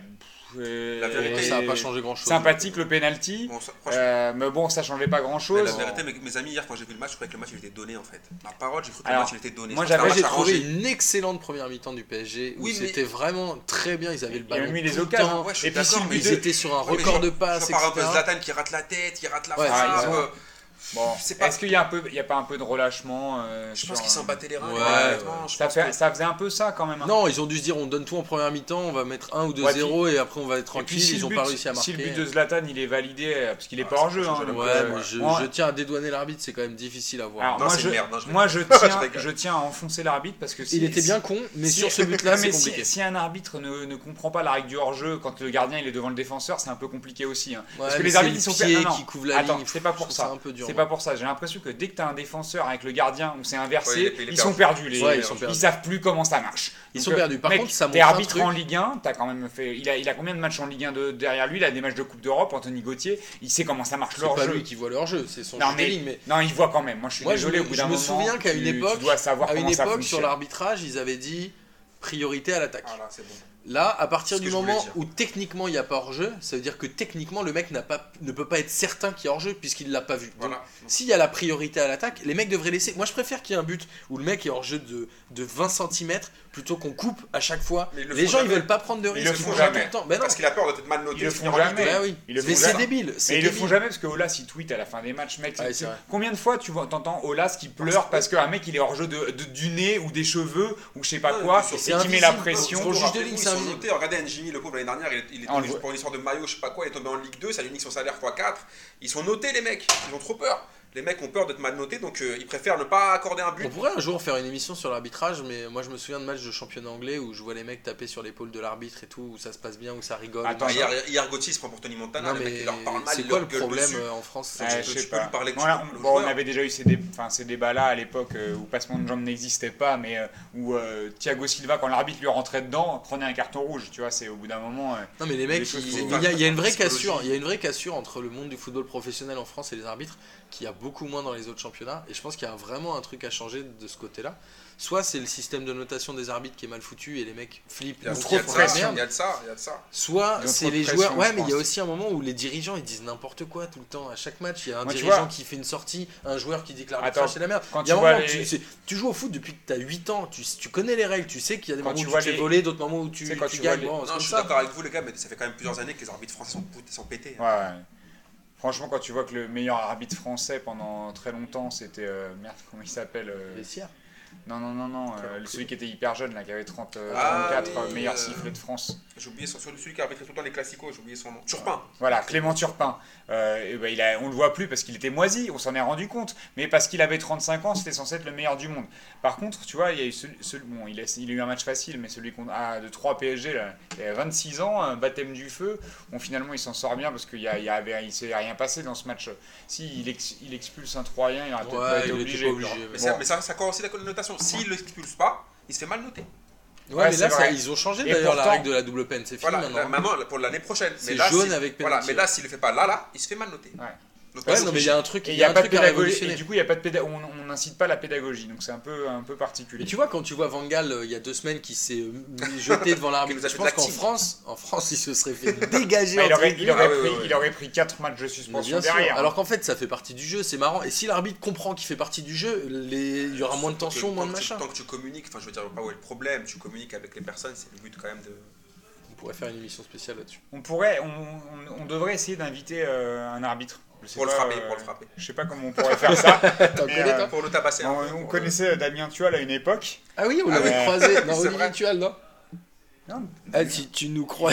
S1: euh,
S3: La vérité,
S2: Ça n'a pas changé grand chose.
S1: sympathique le penalty.
S3: Bon, ça, franchement,
S1: Euh, mais bon, ça changeait pas grand
S3: mais
S1: chose.
S3: la vérité, mes, mes amis, hier, quand j'ai vu le match, je croyais que le match il était donné en fait. Ma parole, j'ai cru que
S1: Alors,
S3: le match il était donné.
S1: moi,
S3: Je pensais
S1: j'avais-
S3: que
S2: Moi
S3: c'était
S2: j'ai
S3: un match
S2: trouvé
S3: arrangé.
S2: une excellente première mi-temps du P S G où
S3: Oui, mais-
S2: c'était vraiment très bien, ils avaient le
S1: Il y a
S2: ballon.
S1: mis les
S2: tout le
S1: occasions.
S2: temps.
S3: Ouais, je suis
S1: Et puis,
S3: d'accord,
S1: si le
S3: mais
S1: but
S2: Ils
S1: de-
S2: étaient sur un
S3: Oui, mais
S2: record
S3: je-
S2: de passes,
S3: Je parle un peu de
S2: et cetera.
S3: Zlatan qui rate la tête, qui rate la
S2: Ouais,
S3: frappe.
S1: ils ont-
S3: euh,
S1: Bon,
S3: c'est pas-
S1: est-ce qu'il y a un peu, il y a pas un peu de relâchement euh,
S3: Je
S1: sur,
S3: pense qu'ils s'en
S1: euh,
S3: battaient les reins.
S2: Ouais,
S3: honnêtement, je
S1: Ça,
S3: pense
S1: fait,
S3: que-
S1: ça faisait un peu ça quand même. hein.
S2: Non, ils ont dû se dire on donne tout en première mi-temps, on va mettre un ou deux
S1: Ouais,
S2: zéro et après on va être
S1: Et puis,
S2: tranquille.
S1: si
S2: Ils
S1: le
S2: n'ont
S1: but-
S2: pas réussi à marquer.
S1: Si le but de Zlatan il est validé, euh, parce qu'il est
S3: Ah,
S1: pas
S3: ça
S1: hors jeu.
S3: peut
S1: Hein,
S3: changer
S1: donc,
S2: Ouais,
S1: euh,
S2: mais je,
S1: moi-
S2: je tiens à dédouaner l'arbitre, c'est quand même difficile à voir.
S1: Alors,
S3: Non,
S1: moi,
S3: c'est
S1: je,
S3: une merde, non, je
S1: moi je
S3: rigole.
S1: tiens,
S3: Je rigole.
S1: je tiens à enfoncer l'arbitre parce que si,
S2: Il était
S1: si-
S2: bien con, mais
S1: si-
S2: sur ce but-là,
S1: Non,
S2: c'est
S1: mais si-
S2: compliqué.
S1: Si un arbitre ne, ne comprend pas la règle du hors-jeu quand le gardien il est devant le défenseur, c'est un peu compliqué aussi. hein.
S2: Ouais,
S1: Parce que
S2: mais
S1: les
S2: c'est
S1: arbitres
S2: le
S1: ils sont
S2: pied
S1: non, non.
S2: qui couvre la
S1: Attends,
S2: ligne.
S1: c'est pas
S2: Je
S1: pour
S2: trouve
S1: ça.
S2: ça un peu dur,
S1: C'est
S2: moi.
S1: pas pour ça. J'ai l'impression que dès que tu as un défenseur avec le gardien ou c'est inversé,
S3: Ouais, il est- il est
S1: ils
S3: perdu.
S1: sont perdus. Les,
S2: Ouais, ils sont perdus.
S1: savent plus comment ça marche.
S2: Ils
S1: Donc,
S2: sont
S1: euh,
S2: perdus. Par
S1: mec,
S2: contre, ça
S1: t'es
S2: montre un
S1: arbitre
S2: truc.
S1: en Ligue un, t'as quand même fait. Il a, il a combien de matchs en Ligue un de, derrière lui? Il a des matchs de Coupe d'Europe. Anthony Gauthier, il sait comment ça marche
S2: C'est
S1: leur
S2: pas
S1: jeu.
S2: lui qui voit leur jeu, c'est son
S1: Non,
S2: jeu
S1: mais-
S2: des lignes. Mais
S1: Non, il voit quand même. Moi, je suis
S2: moi, je
S1: désolé.
S2: me,
S1: Au bout
S2: je
S1: d'un
S2: me
S1: moment,
S2: souviens qu'à une
S1: tu-
S2: époque,
S1: tu dois savoir
S2: à une
S1: comment ça
S2: époque sur
S1: fonctionne.
S2: l'arbitrage, ils avaient dit priorité à l'attaque.
S3: Voilà, c'est bon.
S2: Là, à partir
S3: C'est ce
S2: du
S3: que je voulais
S2: moment
S3: dire.
S2: où techniquement il n'y a pas hors-jeu, ça veut dire que techniquement le mec n'a pas, ne peut pas être certain qu'il y a hors-jeu puisqu'il ne l'a pas vu. Donc,
S3: Voilà.
S2: s'il y a la priorité à l'attaque, les mecs devraient laisser. Moi je préfère qu'il y ait un but où le mec est hors-jeu de, de vingt centimètres plutôt qu'on coupe à chaque fois.
S3: Mais ils le
S2: Les
S3: font
S2: gens ils
S3: jamais.
S2: veulent pas prendre de
S1: Ils
S2: risques.
S1: le
S2: ils
S1: font
S2: font
S1: jamais.
S2: tout le temps. Ben non.
S3: Parce qu'il a peur d'être mal noté.
S1: Ils le
S3: de
S1: font
S3: finir en
S1: jamais.
S3: Ligue deux.
S2: Bah oui.
S1: Ils le
S2: Mais
S1: font
S2: c'est
S1: jamais.
S2: débile. C'est
S1: Mais ils le
S2: débile.
S1: font jamais parce que Olas il tweet à la fin des matchs, mec.
S2: Ouais,
S1: c'est-
S2: c'est vrai.
S1: Combien de fois tu vois, t'entends Olas qui pleure parce qu'un mec il est hors jeu de, de- du nez ou des cheveux ou je sais pas
S3: Ouais,
S1: quoi
S3: c'est
S1: et
S2: c'est
S1: qui met la
S2: invisible.
S1: pression.
S2: Sur le juge de ligne,
S3: Ils
S2: c'est
S3: sont
S2: invisible.
S3: notés. Regardez Njimi, le pauvre, l'année dernière, il, il est
S1: Ah, on
S3: tombé
S1: le voit.
S3: pour une histoire de maillot, je sais pas quoi, il est tombé en Ligue deux, ça lui nique son salaire fois quatre. Ils sont notés, les mecs. Ils ont trop peur. Les mecs ont peur d'être mal notés, donc euh, ils préfèrent ne pas accorder un but.
S2: On pourrait un jour faire une émission sur l'arbitrage, mais moi je me souviens de matchs de championnat anglais où je vois les mecs taper sur l'épaule de l'arbitre et tout, où ça se passe bien, où ça rigole.
S1: Attends,
S3: Ah, hier, hier, Gauthier il se prend pour Tony Montana,
S2: Non,
S3: les
S2: mais
S3: mecs ils leur parlent mal,
S2: c'est
S3: ils
S2: quoi
S3: leur
S2: le
S3: gueulent
S2: problème
S3: dessus.
S2: euh, en France
S3: Ouais,
S1: Ouais,
S3: tu
S1: je
S3: peux
S1: sais
S3: lui
S1: pas.
S3: parler que
S1: Voilà,
S3: tu- le
S1: bon, on
S3: joueur.
S1: avait déjà eu ces, dé- enfin, ces débats-là à l'époque euh, où passement de jambes n'existait pas, mais euh, où euh, Thiago Silva, quand l'arbitre lui rentrait dedans, prenait un carton rouge. Tu vois, c'est au bout d'un moment. euh,
S2: Non mais les mecs,
S1: Des choses
S2: il,
S1: faut-
S2: il y a, il y a une vraie
S3: Psychologie.
S2: cassure, il y a une vraie cassure entre le monde du football professionnel en France et les arbitres, qui a beaucoup moins dans les autres championnats. Et je pense qu'il y a vraiment un truc à changer de ce côté-là. Soit c'est le système de notation des arbitres qui est mal foutu et les mecs flippent
S3: Il y a
S2: ou
S3: il y
S2: trop
S3: a de
S2: pour
S3: ça,
S2: la
S3: il
S2: merde.
S3: y a de ça, il y a de ça.
S2: Soit
S1: Ils ont
S2: c'est
S1: trop de
S2: les
S1: pression,
S2: joueurs. Ouais,
S1: je
S2: mais il y a
S1: pense.
S2: aussi un moment où les dirigeants ils disent n'importe quoi tout le temps. À chaque match, il y a un
S1: Moi, tu
S2: dirigeant
S1: vois,
S2: qui fait une sortie, un joueur qui dit que
S1: Attends,
S2: l'arbitrage c'est la merde.
S1: quand
S2: Il y a
S1: tu
S2: un
S1: vois
S2: moment,
S1: les-
S2: tu, sais- tu joues au foot depuis que tu as huit ans, tu, tu connais les règles, tu sais qu'il y a des
S1: Quand
S2: moments
S1: tu
S2: où tu
S1: vois
S2: te fais
S1: les-
S2: voler, d'autres moments où tu,
S1: Tu sais, quand
S2: tu
S1: tu vois
S2: gagnes.
S1: les-
S2: Bon, c'est
S3: Non,
S2: comme
S3: je suis
S2: ça.
S3: d'accord avec vous, les gars, mais ça fait quand même plusieurs années que les arbitres français sont, poutés- sont pétés.
S1: ouais, ouais. Franchement, quand tu vois que le meilleur arbitre français pendant très longtemps, c'était. euh, merde, comment il s'appelle euh,
S2: Vestiaire.
S1: Non, non, non, non. euh, celui qui était hyper jeune, là, qui avait trente, euh,
S3: Ah,
S1: trente-quatre
S3: oui,
S1: euh, meilleurs
S3: euh,
S1: sifflets de France.
S3: J'ai oublié son- celui qui a arbitré tout le temps les classicos, j'ai oublié son nom. Turpin.
S1: Voilà, Clément Turpin. Euh, et ben, il a, on le voit plus parce qu'il était moisi, on s'en est rendu compte. Mais parce qu'il avait trente-cinq ans, c'était censé être le meilleur du monde. Par contre, tu vois, il y a eu celui, celui- bon, il a, il a eu un match facile, mais celui qu'on a de trois P S G, là, il avait vingt-six ans, un baptême du feu. Bon, finalement, il s'en sort bien parce qu'il y a, il y avait, il s'est rien passé dans ce match. Si il, ex- il expulse un Troyen, il aurait peut-être pas
S2: Ouais,
S1: été
S2: il était
S1: obligé.
S2: pas obligé.
S3: Mais,
S2: ouais.
S3: ça,
S1: Bon.
S3: mais ça, ça corrige aussi la connotation. S'il ne l'expulse pas, il se fait mal noter.
S2: Ouais,
S1: Ouais,
S2: mais
S1: c'est
S2: là, ça-
S1: vrai.
S2: ils ont changé
S1: Et
S2: d'ailleurs la
S1: pourtant-
S2: règle de la double peine, c'est fini
S3: Voilà, la,
S2: maintenant.
S3: maman, pour l'année prochaine.
S2: C'est
S3: Mais là,
S2: jaune
S3: si-
S2: avec
S3: voilà,
S2: penalty.
S3: mais là, s'il ne le fait pas là, là, il se fait mal noter.
S1: Ouais.
S3: Donc,
S2: Ouais,
S3: c'est
S2: non, mais il y a un truc,
S1: Et
S2: il
S1: il n'y a,
S2: un
S1: pas de
S2: truc à
S1: pédagogie.
S2: révolutionner.
S1: Et du coup, il y a pas de péda- on on n'incite pas la pédagogie. Donc c'est un peu, un peu particulier.
S2: Et tu vois, quand tu vois Van Gaal euh, il y a deux semaines qui s'est euh, jeté devant
S3: Qui
S2: l'arbitre,
S3: nous a
S2: je
S3: fait
S2: pense
S3: de la
S2: qu'en
S3: team.
S2: France, en France, il se serait fait dégager
S1: Bah,
S2: en
S1: il, aurait,
S2: tribune.
S1: il, aurait
S3: Ah, ouais,
S1: pris,
S3: ouais, ouais.
S1: il aurait pris quatre matchs de
S2: Mais
S1: suspension
S2: bien sûr.
S1: derrière.
S2: Alors qu'en fait, ça fait partie du jeu, c'est marrant. Et si l'arbitre comprend qu'il fait partie du jeu, les... il y aura moins de
S3: Surtout que
S2: tension, moins de
S3: tant que tu-
S2: machin.
S3: Tant que tu communiques, enfin je veux dire pas où est le problème, tu communiques avec les personnes, c'est le but quand même de.
S2: On pourrait faire une émission spéciale là-dessus.
S1: On pourrait, on, on- on devrait essayer d'inviter euh, un arbitre. Je sais
S3: Pour le
S1: pas,
S3: frapper,
S1: euh,
S3: pour le frapper.
S1: Je sais pas comment on pourrait faire ça.
S2: T'en
S1: Mais,
S2: connais,
S1: euh,
S2: toi
S3: Pour le tabasser. un peu,
S1: on, on
S3: pour,
S1: connaissait Damien Tual à une époque.
S2: Ah oui, on
S3: Ah
S2: l'avait
S1: ouais.
S2: croisé dans
S3: C'est
S2: Olivier
S3: vrai.
S2: Tual, non
S1: Non,
S2: Ah, si tu nous crois.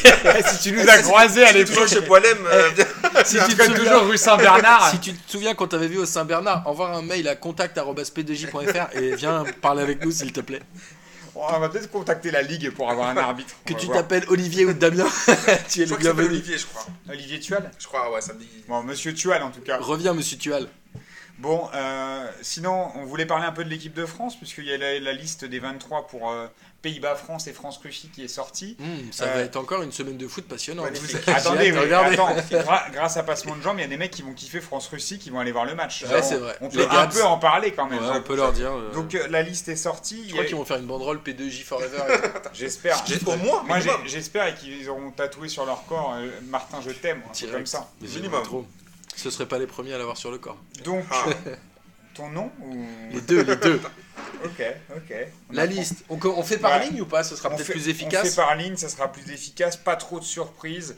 S1: si tu nous as croisés à
S3: euh, toujours
S1: l'époque,
S3: chez Poilem. euh,
S2: si
S1: tu
S2: tu
S1: te
S2: te
S1: connais
S2: souviens-
S1: toujours rue Saint-Bernard.
S2: Si tu te souviens quand t'avais vu au Saint-Bernard, envoie un mail à contact arobase p d j point f r et viens parler avec nous s'il te plaît.
S1: On va peut-être contacter la Ligue pour avoir un arbitre.
S2: Que
S1: On va
S2: tu
S1: voir.
S2: t'appelles Olivier ou Damien, tu es
S3: Je
S2: le
S3: crois que ça s'appelle
S2: bienvenu.
S3: Olivier, je crois.
S1: Olivier Tual.
S3: Je crois, ouais, ça me dit.
S1: Bon, monsieur Tual en tout cas.
S2: Reviens, monsieur Tual.
S1: Bon, euh, sinon, on voulait parler un peu de l'équipe de France, puisqu'il y a la, la liste des vingt-trois pour, euh, Pays-Bas-France et France-Russie qui est sorti.
S2: Mmh, ça
S1: Euh,
S2: va être encore une semaine de foot passionnante.
S3: Magnifique.
S2: J'ai
S1: Attendez,
S2: hâte de
S1: mais
S2: regarder.
S1: attends, gra- grâce à Passement de Jambes, il y a des mecs qui vont kiffer France-Russie qui vont aller voir le match.
S2: Ouais,
S1: Genre,
S2: c'est vrai.
S1: On
S2: Les
S1: peut un
S2: Gabs.
S1: peu en parler quand même.
S2: Ouais, on peut leur dire. euh,
S1: Donc euh, la liste est sortie.
S2: je
S1: il
S2: crois
S1: y a-
S2: qu'ils vont faire une banderole P deux J Forever. et tout.
S1: J'espère.
S3: J'ai- Au moins,
S1: Moi j'ai-
S3: minimum.
S1: j'espère qu'ils auront tatoué sur leur corps euh, Martin je t'aime, un truc
S2: Direct.
S1: comme ça.
S2: Mais
S3: Minimum.
S2: j'aimerais trop. Ce seraient pas les premiers à l'avoir sur le corps.
S1: Donc
S3: Ah.
S1: ton nom ou...
S2: Les deux, les deux.
S1: Ok, ok. On
S2: La
S1: apprend.
S2: liste. On, on fait par
S1: Ouais.
S2: ligne ou pas? Ce sera
S1: On
S2: peut-être
S1: fait-
S2: plus
S1: On
S2: efficace.
S1: fait par ligne, ça sera plus efficace, pas trop de surprises.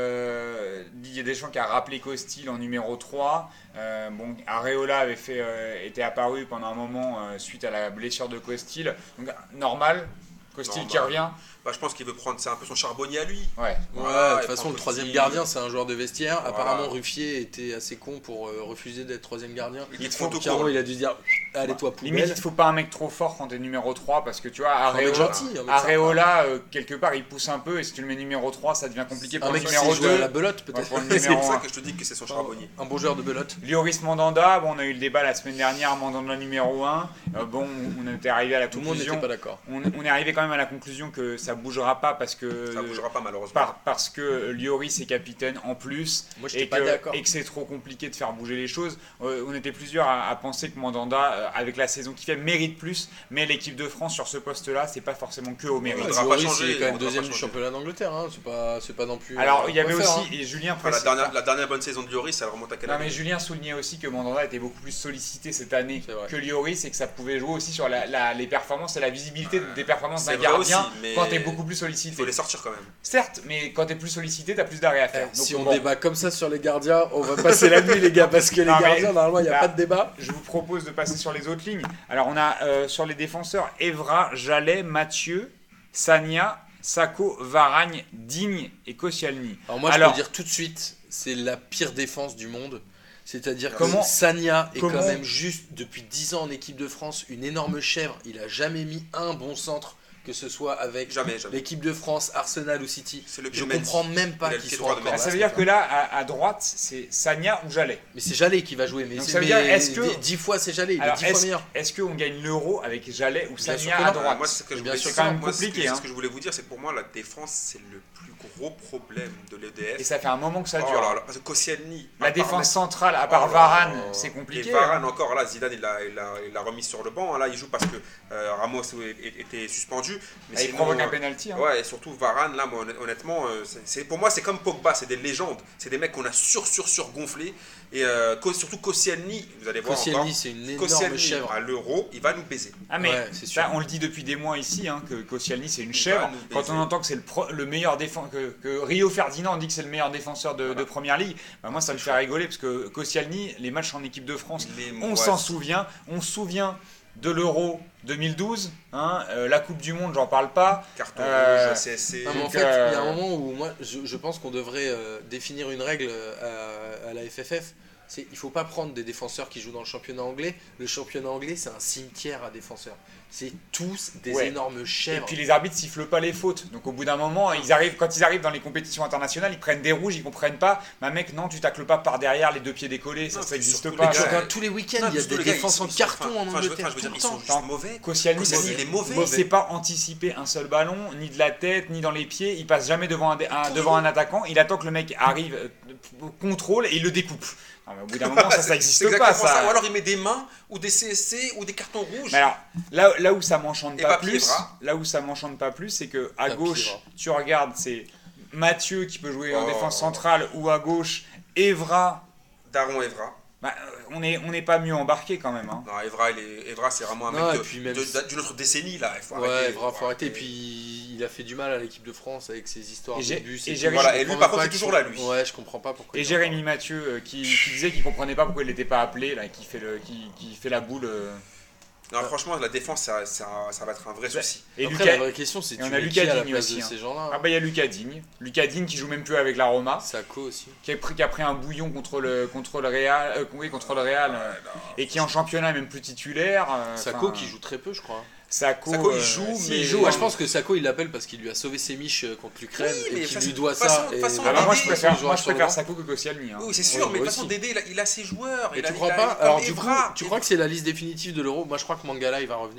S1: Euh, Didier Deschamps qui a rappelé Costil en numéro trois. Euh, bon, Areola avait fait, euh, était apparu pendant un moment euh, suite à la blessure de Costil. Donc normal, Costil qui
S3: Normal.
S1: revient.
S3: Bah, je pense qu'il veut prendre, c'est un peu son charbonnier à lui.
S1: Ouais.
S2: Ouais,
S3: Voilà,
S2: de toute
S3: et
S2: façon,
S3: prendre
S2: le troisième
S3: Costil.
S2: gardien, c'est un joueur de vestiaire.
S3: Voilà.
S2: Apparemment, Ruffier était assez con pour euh, refuser d'être troisième gardien.
S3: Il te faut tout
S2: Caro,
S3: court.
S2: il a dû se dire allez, toi,
S1: Limite,
S2: poubelle.
S1: il faut pas un mec trop fort quand t'es numéro trois parce que tu vois,
S2: Un mec
S1: Areola,
S2: gentil. un mec
S1: Areola euh, quelque part, il pousse un peu et si tu le mets numéro trois, ça devient compliqué
S2: sympa.
S1: pour
S2: Un
S1: le
S2: mec qui
S1: numéro
S2: sait jouer à
S1: deux.
S2: la belote,
S1: Ouais,
S2: peut-être.
S1: pour le
S3: C'est
S1: numéro
S3: pour ça
S1: un.
S3: que je te dis que c'est son charbonnier.
S2: Un bon joueur de belote.
S1: Lloris Mandanda, bon, on a eu le débat la semaine dernière, Mandanda numéro un. Euh, bon, on était arrivé à la
S2: Tout le monde
S1: conclusion.
S2: n'était pas d'accord.
S1: On, on est arrivé quand même à la conclusion que ça bougera pas parce que
S3: Ça bougera pas malheureusement.
S1: par- parce que Lloris est capitaine en plus
S2: Moi, j'étais
S1: et
S2: pas
S1: que,
S2: d'accord.
S1: et que c'est trop compliqué de faire bouger les choses. Euh, on était plusieurs à, à penser que Mandanda, euh, avec la saison qu'il fait, mérite plus. Mais l'équipe de France sur ce poste-là, c'est pas forcément que au mérite.
S3: Ouais,
S2: Ouais,
S3: voudra pas
S2: Lloris,
S3: changer,
S2: il est quand
S3: il
S2: même
S3: voudra
S2: deuxième
S3: pas
S2: du
S3: changer.
S2: championnat d'Angleterre. Hein. C'est pas, c'est pas non plus.
S1: Alors
S2: euh,
S1: il y avait
S2: quoi faire,
S1: aussi
S2: hein.
S1: et Julien
S3: Enfin, la,
S1: précise-
S3: dernière, la dernière bonne saison de Lloris, elle remonte à quelle
S1: Non mais
S3: année
S1: Julien soulignait aussi que Mandanda était beaucoup plus sollicité cette année
S2: C'est vrai.
S1: que Lloris et que ça pouvait jouer aussi sur la, la- les performances et la visibilité des performances
S3: C'est
S1: d'un
S3: vrai
S1: gardien
S3: aussi, mais
S1: quand t'es beaucoup plus
S3: il
S1: sollicité.
S3: faut les sortir quand même.
S1: Certes, mais quand t'es plus sollicité, t'as plus d'arrêt à
S2: Eh,
S1: faire.
S2: si
S1: Donc,
S2: on
S1: bon,
S2: débat comme ça sur les gardiens, on va passer la nuit, les gars, parce que les
S1: Non, mais
S2: gardiens, normalement, il n'y a
S1: là-
S2: pas de débat.
S1: je vous propose de passer sur les autres lignes. Alors on a euh, sur les défenseurs Evra, Jallet, Mathieu, Sagna, Sako, Varagne, Digne et Koscielny.
S2: Alors, moi, je
S1: Alors-
S2: peux dire tout de suite, c'est la pire défense du monde. C'est-à-dire que
S1: Comment-
S2: Sagna est
S1: comment-
S2: quand même juste, depuis dix ans en équipe de France, une énorme chèvre. Il a jamais mis un bon centre, que ce soit avec
S3: Jamais, jamais.
S2: l'équipe de France, Arsenal ou City.
S3: C'est le
S2: Je
S3: pied de
S2: comprends
S3: Mendy.
S2: même pas
S3: Il a le
S2: qu'il
S3: pied
S2: soit
S3: droit de
S2: encore
S1: Ah,
S2: là.
S1: ça veut dire que là, à, à droite, c'est Sagna ou Jallet.
S2: Mais c'est Jallet qui va jouer. Mais
S1: Donc
S2: c'est
S1: ça veut
S2: mais
S1: dire, est-ce que-
S2: dix- dix fois c'est Jallet, il
S1: Alors,
S2: est dix fois
S1: est-ce
S2: meilleur.
S1: est-ce qu'on gagne l'euro avec Jallet ou
S2: sûr
S1: Sagna
S2: que
S1: à
S2: non.
S1: droite
S3: Moi, c'est ce que je
S2: Bien
S3: voulais
S2: sûr,
S3: dire.
S1: c'est quand même
S3: Moi, ce que-
S1: compliqué,
S3: C'est
S1: hein.
S3: ce que je voulais vous dire, c'est que pour moi, la défense, c'est le plus gros problème de l'E D F.
S1: Et ça fait un moment que ça
S3: Oh
S1: dure.
S3: là là, parce que Koscielny,
S1: La
S3: à part
S1: défense
S3: mettre-
S1: centrale, à part
S3: Oh là
S1: Varane,
S2: là.
S1: c'est
S3: Et
S1: compliqué.
S3: Varane
S1: hein.
S3: encore là, Zidane il l'a il a, il a remis sur le banc. Là, il joue parce que euh, Ramos est- était suspendu. Mais
S1: Ah, il
S3: sinon,
S1: provoque un
S3: euh,
S1: penalty. hein.
S3: Ouais, et surtout Varane, là, moi, honn- honnêtement, euh, c'est- c'est, pour moi, c'est comme Pogba, c'est des légendes. C'est des mecs qu'on a sur, sur, sur gonflés. Et euh, Ko- surtout Koscielny, vous allez voir encore.
S2: Koscielny, c'est une énorme
S3: Koscielny
S2: chèvre.
S3: à l'euro, il va nous baiser.
S1: Ah mais
S2: Ouais, c'est sûr.
S1: ça, on le dit depuis des mois ici, hein, que Koscielny c'est une
S3: Il
S1: chèvre.
S3: va nous
S1: Quand
S3: baiser.
S1: on entend que c'est le, pro- le meilleur défenseur, que, que Rio Ferdinand dit que c'est le meilleur défenseur de,
S3: Voilà.
S1: de première ligue, bah moi ça me fait rigoler parce que Koscielny, les matchs en équipe de France,
S3: Il est-
S1: on
S3: ouais,
S1: s'en
S3: c'est-
S1: souvient. On se souvient de l'Euro deux mille douze, hein, euh, la Coupe du Monde, j'en parle pas.
S3: Carton
S1: Euh,
S3: rouge, C S C.
S2: Non, mais en
S1: Donc,
S2: fait, il y a
S1: euh,
S2: un moment où moi, je, je pense qu'on devrait euh, définir une règle euh, à, à la F F F. C'est il faut pas prendre des défenseurs qui jouent dans le championnat anglais. Le championnat anglais, c'est un cimetière à défenseurs. C'est tous des
S1: Ouais.
S2: énormes
S1: Et
S2: chèvres.
S1: puis les arbitres sifflent pas les fautes. Donc au bout d'un moment, ils arrivent, quand ils arrivent dans les compétitions internationales, ils prennent des rouges, ils comprennent pas. Bah mec, non, tu tacles pas par derrière les deux pieds décollés, ça
S3: Non,
S1: ça existe
S3: surtout
S1: pas.
S3: les
S2: Tu
S3: gars,
S1: ça.
S2: regardes tous les week-ends,
S3: Non,
S2: il y a
S3: surtout
S2: des
S3: les gars,
S2: défenses
S3: ils-
S2: en
S3: ils sont-
S2: carton
S3: enfin,
S2: en
S3: enfin, je veux-
S2: Angleterre.
S3: enfin, je veux dire,
S2: tout
S3: ils
S2: le
S3: sont
S2: temps.
S3: juste
S1: Attends,
S3: mauvais.
S1: Koscielny,
S3: Koscielny,
S1: c'est-
S3: il est mauvais.
S1: il sait pas anticiper un seul ballon, ni de la tête, ni dans les pieds. Il passe jamais devant un, dé- un- devant un attaquant. Il attend que le mec arrive, euh, contrôle et il le découpe. Non, mais au bout d'un moment, ça, ça
S3: C'est
S1: existe
S3: exactement
S1: pas. Ça.
S3: Ou alors il met des mains, ou des C S C, ou des cartons rouges.
S1: Mais alors, là, là où ça m'enchante
S3: Et
S1: pas
S3: pas
S1: plus,
S3: Piedra.
S1: là où ça m'enchante pas plus, c'est que à
S2: Pas
S1: gauche,
S2: Piedra.
S1: tu regardes, c'est Mathieu qui peut jouer en
S3: Oh.
S1: défense centrale ou à gauche, Evra.
S3: Daron Evra.
S1: Bah, euh, on n'est on n'est pas mieux embarqué quand même. Hein.
S3: Non, Evra, il est- Evra, c'est vraiment un
S2: Non,
S3: mec
S2: et
S3: de-
S2: puis même
S3: de-
S2: si-
S3: de- d'une autre décennie là. Il faut
S2: Ouais,
S3: arrêter.
S2: bravo, faut arrêter. Et puis il a fait du mal à l'équipe de France avec ses histoires
S1: Et
S2: de
S1: j'ai-
S2: bus.
S1: et
S2: tout.
S1: Jérémy-
S2: Je
S3: Voilà, et lui,
S2: comprends
S3: par
S2: même
S3: contre,
S2: pas
S3: c'est
S2: qu'il
S3: toujours
S2: soit-
S3: là, lui.
S2: Ouais, je comprends pas pourquoi.
S1: Et
S2: il est
S1: Jérémy
S2: encore
S1: Mathieu euh, qui, qui disait qu'il comprenait pas pourquoi il n'était pas appelé, là, qui fait, le, qui, qui fait la boule. euh.
S3: Non, franchement, la défense, ça, ça, ça va être un vrai souci.
S1: Et
S2: là. Après,
S1: Lucas,
S2: la vraie question, c'est
S1: et
S2: tu
S1: on a
S2: mets
S1: Lucas
S2: qui à la
S1: Digne
S2: place
S1: aussi,
S2: de
S1: hein.
S2: ces gens-là.
S1: ah bah il y a Lucas Digne. Lucas Digne qui joue même plus avec la Roma,
S2: Sako aussi.
S1: qui a pris, qui a pris un bouillon contre le, contre le Real, euh, oui, contre le Real euh, et qui en championnat est même plus titulaire. euh,
S2: Sako
S1: enfin,
S2: qui joue très peu, je crois.
S1: Sako,
S3: Sako, il
S1: euh,
S3: joue,
S1: si,
S3: mais-
S1: il
S3: il
S1: joue.
S3: joue,
S2: Moi,
S1: hein.
S2: je pense que Sako, il l'appelle parce qu'il lui a sauvé ses miches contre l'Ukraine
S3: Oui,
S2: et
S3: mais
S2: qu'il
S3: façon-
S2: lui doit
S3: façon-
S2: ça. et
S3: façon
S1: Ah bah moi je
S3: Dédé,
S1: préfère,
S2: il joue
S1: moi, je
S2: sur le
S1: préfère
S2: banc.
S1: Sako que Koscielny. Hein.
S3: Oui, c'est sûr,
S2: Oui,
S3: mais de
S2: moi
S3: toute façon,
S2: aussi.
S3: Dédé, il a, il a ses joueurs.
S2: Et
S3: il a,
S2: tu
S3: il
S2: crois
S3: a-
S2: pas
S3: comme
S2: Alors du coup,
S3: Evra.
S2: tu crois que c'est la liste définitive de l'Euro? Moi, je crois que Mangala, il va revenir.